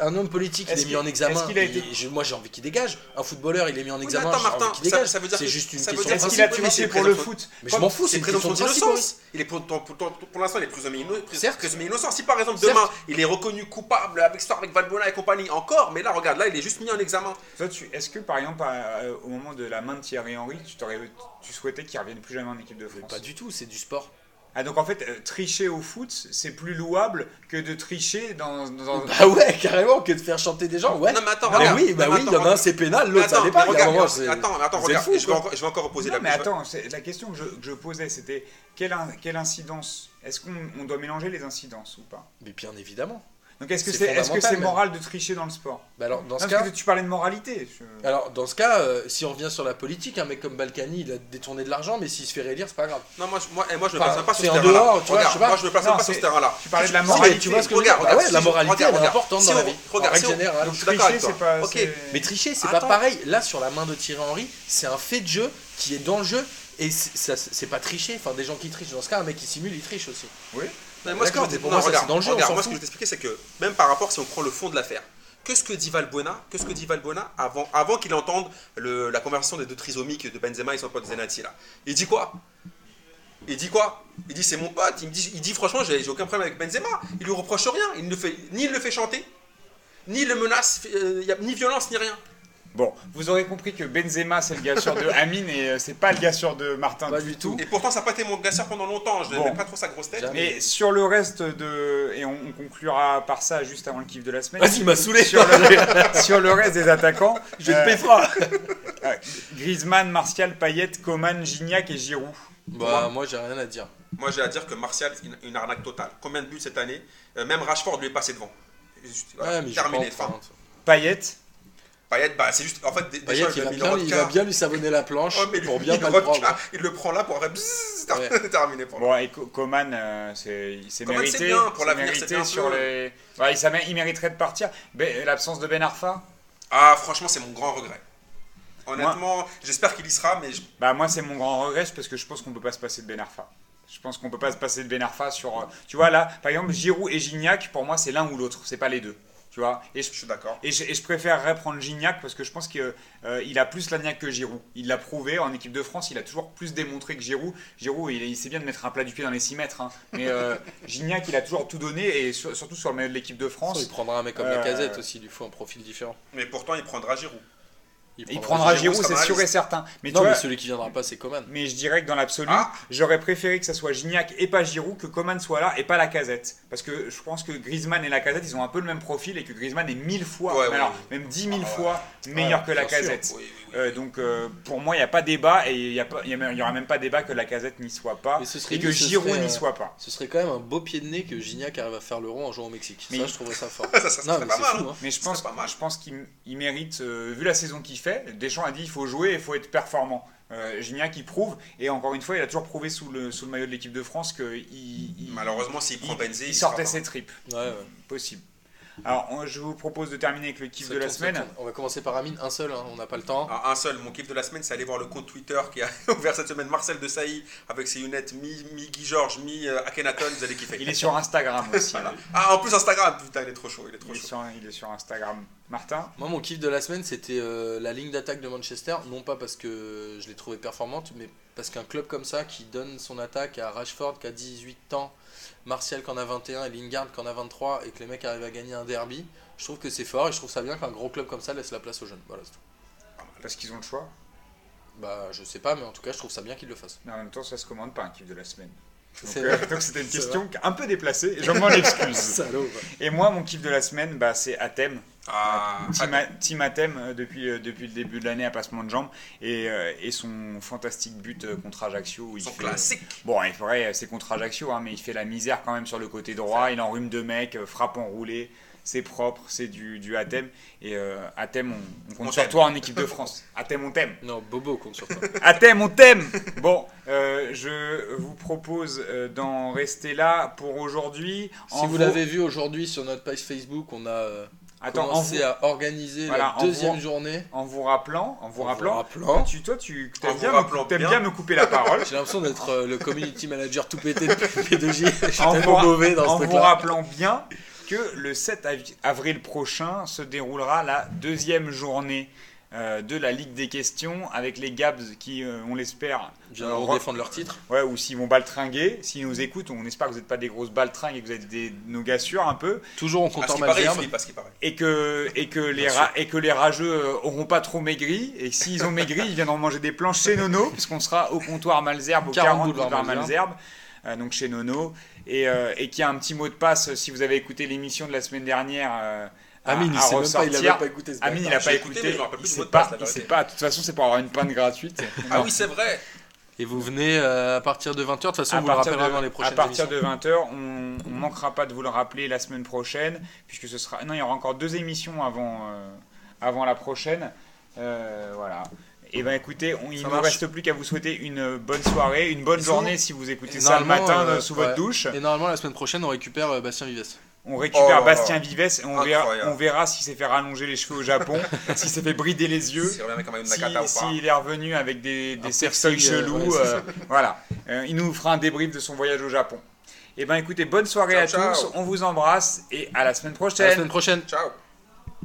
S2: un homme politique, il
S1: Est-ce
S2: est mis
S1: qu'il-
S2: en examen.
S1: est-ce qu'il a été-
S2: il- je- moi, j'ai envie qu'il dégage. Un footballeur, il est mis en
S3: Oui, mais
S2: examen.
S3: attends,
S2: j'ai envie
S3: Martin,
S2: qu'il
S3: ça,
S2: dégage.
S3: ça veut dire
S2: C'est
S3: que-
S2: juste une
S3: ça veut
S2: question
S3: dire
S2: de
S1: Est-ce
S3: que-
S1: qu'il a
S2: principe.
S3: oui,
S1: triché
S3: c'est
S1: pour le
S3: présomption-
S1: foot?
S2: Mais je m'en fous, c'est
S3: C'est
S2: une question
S3: présomption
S2: de principe. Maurice.
S3: d'innocence. Il est pour, pour, pour, pour l'instant, il est présumé inno- prés-
S2: Certes.
S3: présumé innocent. Si par exemple
S2: Certes.
S3: demain il est reconnu coupable avec histoire avec Valbuena et compagnie, encore, mais là regarde, là il est juste mis en examen.
S1: Toi, tu- est-ce que par exemple, à- à- au moment de la main de Thierry Henry, tu, t'aurais- tu souhaitais qu'il revienne plus jamais en équipe de
S2: Mais
S1: France?
S2: pas du tout, c'est du sport.
S1: Ah, donc en fait, euh, tricher au foot, c'est plus louable que de tricher dans. dans-
S2: Bah ouais, carrément, que de faire chanter des gens, ouais.
S3: Non mais attends,
S2: Ah
S3: regarde.
S2: oui, bah
S3: non, mais
S2: oui, il
S3: attends,
S2: y en a un
S3: regarde.
S2: c'est pénal,
S3: Mais
S2: l'autre ça
S3: attends,
S2: l'est pas.
S3: mais
S2: Il y a un
S3: regarde,
S2: moment,
S3: regarde,
S2: c'est-
S3: attends, attends,
S2: vous êtes
S3: regarde,
S2: fous,
S3: je vais
S2: quoi.
S3: encore, je vais encore reposer
S1: Non,
S3: la
S1: mais
S3: je vais-
S1: attends, c'est- la question que je, que je posais, c'était quelle, in- quelle incidence? Est-ce qu'on on doit mélanger les incidences ou pas?
S2: Mais bien évidemment.
S1: Donc est-ce que
S2: C'est
S1: c'est est -ce que
S2: fondamental,
S1: c'est
S2: même.
S1: moral de tricher dans le sport?
S2: Bah alors, dans
S1: Non,
S2: ce
S1: parce
S2: cas.
S1: que tu parlais de moralité. je-
S2: Alors, dans ce cas, euh, si on revient sur la politique, un mec comme Balkany, il a détourné de l'argent, mais s'il se fait réélire, c'est pas grave.
S3: Non, moi, je- moi, et moi je me
S2: Enfin,
S3: place même pas sur
S2: c'est
S3: ce
S2: en
S3: terrain-là.
S2: dehors, tu vois,
S3: Regarde,
S2: je sais pas.
S3: moi je me place
S1: Non,
S3: même pas sur
S1: c'est-
S3: ce terrain-là.
S1: tu parlais de la
S3: Si-
S1: moralité.
S2: tu vois ce que je veux
S3: Regarde,
S2: dire. Bah
S3: regarde,
S2: ouais,
S3: si
S2: la
S3: je-
S2: moralité,
S3: regarde,
S2: elle est
S3: regarde.
S2: importante
S3: Si
S2: dans la
S3: on-
S2: vie.
S3: regarde,
S2: en règle
S3: si on-
S2: générale.
S1: Donc
S3: je suis d'accord
S1: tricher,
S3: avec toi.
S1: c'est pas.
S3: Ok.
S1: c'est-
S2: Mais tricher, c'est
S3: Attends.
S2: pas pareil. Là, sur la main de Thierry Henry, c'est un fait de jeu qui est dans le jeu. Et c'est ça- c'est pas tricher. Enfin, des gens qui trichent. Dans ce cas, un mec qui simule, il triche aussi.
S1: Oui.
S3: Non, mais moi, ce que je
S2: D'accord,
S3: veux
S2: mais
S3: t'expliquer-
S2: pour
S3: non,
S2: moi, ça,
S3: regarde,
S2: c'est dans le jeu, on
S3: regarde,
S2: s'en
S3: moi, ce que
S2: fout.
S3: je veux t'expliquer, c'est que même par rapport, si on prend le fond de l'affaire, que ce que dit Valbuena, que ce que dit Valbuena avant, avant qu'il entende le- la conversation des deux trisomiques de Benzema et son pote Zenati là. Il dit quoi? Il dit quoi? Il dit c'est mon pote. Il me dit, il dit franchement, j'ai j'ai aucun problème avec Benzema. Il lui reproche rien. Il ne fait ni il le fait chanter, ni il le menace, euh, il y a ni violence ni rien.
S1: Bon, vous aurez compris que Benzema c'est le gars sûr de Amine et euh, c'est pas le gars sûr de Martin
S2: Pas
S1: du
S2: du
S1: tout.
S3: Et pourtant, ça n'a pas été mon gasseur pendant longtemps. Je
S1: Bon.
S3: n'aimais pas trop sa grosse tête.
S2: Jamais.
S1: Mais sur le reste de. Et on, on conclura par ça juste avant le kiff de la semaine.
S2: Vas-y, il m'a saoulé.
S1: Sur le, sur le reste des attaquants,
S2: Je vais
S1: euh,
S2: te péfra.
S1: euh, Griezmann, Martial, Payet, Coman, Gignac et Giroud.
S2: Bah, moi, j'ai rien à dire.
S3: Moi, j'ai à dire que Martial, c'est une, une arnaque totale. Combien de buts cette année? Euh, Même Rashford lui est passé devant. Juste, voilà,
S2: Ouais, mais j'ai pas
S3: terminé.
S2: en
S3: Fin.
S2: prendre.
S1: Payet,
S3: Payet, bah, c'est juste. En fait, dé-
S2: Payet,
S3: déjà,
S2: il va,
S3: mis
S2: bien,
S3: le
S2: il
S3: requin.
S2: va bien lui savonner la planche
S3: Ouais, mais
S2: pour
S3: lui,
S2: bien
S3: il,
S2: pas
S3: le
S2: le
S3: requin,
S2: prendre.
S3: il le prend là pour après. bzzz,
S2: Ouais.
S3: terminé pour lui.
S1: bon, et Co- Coman, euh, c'est c'est
S3: Coman,
S1: mérité.
S3: c'est bien, pour
S1: c'est
S3: l'avenir,
S1: mérité
S3: c'est bien
S1: sur
S3: peu.
S1: les. Ouais, il, ça mé- il mériterait de partir. Ben, L'absence de Ben Arfa,
S3: Ah, franchement, c'est mon grand regret. Honnêtement, j'espère qu'il y sera, mais je-
S1: bah moi c'est mon grand regret parce que je pense qu'on peut pas se passer de Ben Arfa. Je pense qu'on peut pas se passer de Ben Arfa sur. euh, Tu vois là, par exemple, Giroud et Gignac, pour moi c'est l'un ou l'autre, c'est pas les deux. Tu vois. Et je,
S3: je suis d'accord.
S1: et je, et je préférerais prendre Gignac parce que je pense qu'il a plus la niaque que Giroud. Il l'a prouvé en équipe de France, il a toujours plus démontré que Giroud. Giroud, il, il sait bien de mettre un plat du pied dans les six mètres. Hein. Mais euh, Gignac, il a toujours tout donné et sur- surtout sur le maillot de l'équipe de France.
S2: Il prendra un mec comme
S1: Euh,
S2: Lacazette aussi, il lui faut un profil différent.
S3: Mais pourtant, il prendra Giroud.
S1: Il prendra
S3: Giroud,
S1: Giroud,
S3: ça
S1: c'est
S3: va
S1: sûr
S3: aller.
S1: et certain. Mais
S2: Non,
S1: tu
S2: mais
S1: vois,
S2: celui qui viendra pas, c'est Coman.
S1: mais je dirais que dans l'absolu,
S3: Ah.
S1: j'aurais préféré que ça soit Gignac et pas Giroud, que Coman soit là et pas Lacazette. Parce que je pense que Griezmann et Lacazette, ils ont un peu le même profil et que Griezmann est mille fois,
S3: Ouais,
S1: mais
S3: ouais,
S1: alors,
S3: ouais.
S1: même dix mille
S3: Ah ouais.
S1: fois meilleur
S2: Ouais,
S1: que
S2: bien
S1: Lacazette.
S3: Oui, oui, oui.
S1: Euh, donc euh, pour moi, il n'y a pas débat et il n'y aura même pas débat que Lacazette n'y soit pas
S2: Mais ce serait
S1: et que
S2: lui, ce
S1: Giroud
S2: serait,
S1: n'y
S2: euh,
S1: soit pas.
S2: Ce serait quand même un beau pied de nez que Gignac arrive à faire le rond en jouant au Mexique.
S1: Mais
S2: ça,
S1: il-
S2: je trouverais ça fort.
S3: Ça, ça, ça
S2: non,
S3: serait
S2: mais
S3: pas
S2: c'est
S3: mal.
S2: fou,
S3: hein.
S2: hein.
S1: Mais je
S3: Ce
S1: pense,
S3: serait pas mal.
S1: je pense qu'il il mérite, euh, vu la saison qu'il fait, Deschamps a dit il faut jouer et il faut être performant. Euh, Gignac il prouve et encore une fois il a toujours prouvé sous le, sous le maillot de l'équipe de France qu'il il,
S3: Malheureusement, s'il prend
S1: il-
S3: Benzé,
S1: il
S3: il
S1: sortait
S3: sera
S1: ses tripes.
S2: Ouais, ouais.
S1: Possible. Alors on- je vous propose de terminer avec le kiff
S2: Ça
S1: de la
S2: tourne, ça
S1: semaine.
S2: tourne. On va commencer par Amine, un seul, hein, on n'a pas le temps.
S3: Ah, un seul, mon kiff de la semaine, c'est aller voir le compte Twitter qui a ouvert cette semaine Marcel de Sailly avec ses lunettes mi, mi Guy Georges, mi euh, Akhenaton, vous allez kiffer.
S1: Il est sur Instagram aussi.
S3: Voilà.
S1: là.
S3: Ah, en plus Instagram, putain, il est trop chaud, il est trop
S1: Il est,
S3: chaud.
S1: sur, il est sur Instagram. Martin,
S2: Moi, mon kiff de la semaine, c'était euh, la ligne d'attaque de Manchester. Non pas parce que je l'ai trouvée performante, mais parce qu'un club comme ça qui donne son attaque à Rashford qui a dix-huit ans, Martial qui en a vingt et un et Lingard qui en a vingt-trois et que les mecs arrivent à gagner un derby, je trouve que c'est fort et je trouve ça bien qu'un gros club comme ça laisse la place aux jeunes. Voilà, c'est tout.
S1: parce qu'ils ont le choix.
S2: Bah, je sais pas, mais en tout cas, je trouve ça bien qu'ils le fassent.
S1: Mais en même temps, ça se commande pas un kiff de la semaine. Donc
S2: C'est
S1: euh,
S2: vrai.
S1: donc c'était une
S2: C'est
S1: question un peu déplacée et je m'en excuse.
S2: Salaud. ouais.
S1: Et moi, mon kiff de la semaine, bah, c'est Athème.
S3: Ah,
S1: Team, A- Team Athème euh, depuis, euh, depuis le début de l'année à passement de jambes et, euh, et son fantastique but euh, contre Ajaccio. Où il
S3: son
S1: fait-
S3: classique.
S1: Bon, il faudrait, c'est contre Ajaccio, hein, mais il fait la misère quand même sur le côté droit. Il enrhume deux mecs, euh, frappe enroulée. C'est propre, c'est du, du Athème. Et euh, Athème, on, on compte
S3: On
S1: sur
S3: t'aime.
S1: toi en équipe de France. Athème, on t'aime.
S2: Non, Bobo compte sur toi.
S1: Athème, on t'aime. Bon, euh, je vous propose euh, d'en rester là pour aujourd'hui.
S2: Si
S1: En
S2: vous
S1: vous-
S2: l'avez vu aujourd'hui sur notre page Facebook, on a euh,
S1: Attends, en
S2: commencé
S1: vous,
S2: à organiser
S1: Voilà, en
S2: la deuxième
S1: vous-
S2: journée.
S1: en vous rappelant, en vous
S2: En vous
S1: rappelant,
S2: rappelant.
S1: toi, tu, toi, tu
S3: En
S1: aimes
S3: vous
S1: bien,
S3: rappelant
S1: me, t'aimes
S3: bien.
S1: bien me couper la parole.
S2: J'ai l'impression d'être euh, le community manager tout pété de P deux J. Je suis
S1: En
S2: tellement
S1: vous,
S2: mauvais dans
S1: en
S2: ce
S1: vous
S2: truc-là.
S1: rappelant bien que le sept avril prochain se déroulera la deuxième journée euh, de la Ligue des questions avec les Gabs qui, euh, on l'espère,
S2: viendront
S1: euh,
S2: défendre leur titre.
S1: Ouais, ou s'ils vont baltringuer. S'ils nous écoutent, on espère que vous n'êtes pas des grosses baltringues et que vous êtes des, nos gars sûrs un peu.
S2: Toujours en
S3: À ce
S2: comptant
S3: qui paraît, il
S2: Malzerbe.
S3: flippe, à ce qui paraît.
S1: Et que, et que, les,
S3: Bien
S1: ra-
S3: sûr.
S1: et que les rageux euh, auront pas trop maigri. Et s'ils ont maigri, ils viendront manger des planches chez Nono, puisqu'on sera au comptoir Malzerbe, au
S2: quarante
S1: quarante
S2: boulevard
S1: boulevard
S2: Malzerbe.
S1: Malzerbe, euh, donc chez Nono. Et, euh, et qu'il y a un petit mot de passe, si vous avez écouté l'émission de la semaine dernière, euh, à,
S2: Amine, il
S1: à
S2: sait même pas, il a
S1: ressortir.
S2: même pas écouté ce
S1: Amine, il
S2: bâtard.
S1: a pas
S3: J'ai écouté,
S1: écouté.
S3: mais je me rappelle
S1: il
S3: plus du
S1: sait
S3: mot de
S1: pas,
S3: passe, la
S1: il sait
S3: vérité.
S1: pas. De toute façon, c'est pour avoir une panne gratuite.
S3: Ah
S1: Non.
S3: oui, c'est vrai.
S2: Et vous venez euh, à partir de vingt heures. De toute façon,
S1: À
S2: on vous le
S1: partir,
S2: rappellera
S1: de,
S2: dans les
S1: à
S2: prochaines
S1: partir
S2: émissions.
S1: de vingt heures, on ne manquera pas de vous le rappeler la semaine prochaine, puisque ce sera. Non, il y aura encore deux émissions avant, euh, avant la prochaine. Euh, voilà. Et ben écoutez, on- il ne
S2: Ça
S1: nous
S2: marche.
S1: reste plus qu'à vous souhaiter une bonne soirée, une bonne
S3: Bisous.
S1: journée si vous écoutez
S2: Et
S1: ça le
S2: normalement,
S1: matin
S2: euh,
S1: euh, sous
S2: ouais.
S1: votre douche.
S2: Et normalement, la semaine prochaine, on récupère euh, Bastien Vives.
S1: On récupère
S3: Oh là là.
S1: Bastien Vives et on verra,
S3: Incroyable.
S1: on verra s'il s'est fait rallonger les cheveux au Japon, s'il s'est fait brider les yeux.
S3: S'il revient avec un maillot de
S1: Si-
S3: Nakata ou pas.
S1: S'il est revenu avec des, des
S2: Un
S1: cercueils
S2: piercing, euh,
S1: chelous,
S2: ouais, c'est
S1: euh, voilà. Euh, il nous fera un débrief de son voyage au Japon. Et ben écoutez, bonne soirée
S3: Ciao,
S1: à
S3: ciao.
S1: tous, on vous embrasse et à la semaine
S2: À
S1: prochaine.
S2: la semaine prochaine.
S3: Ciao.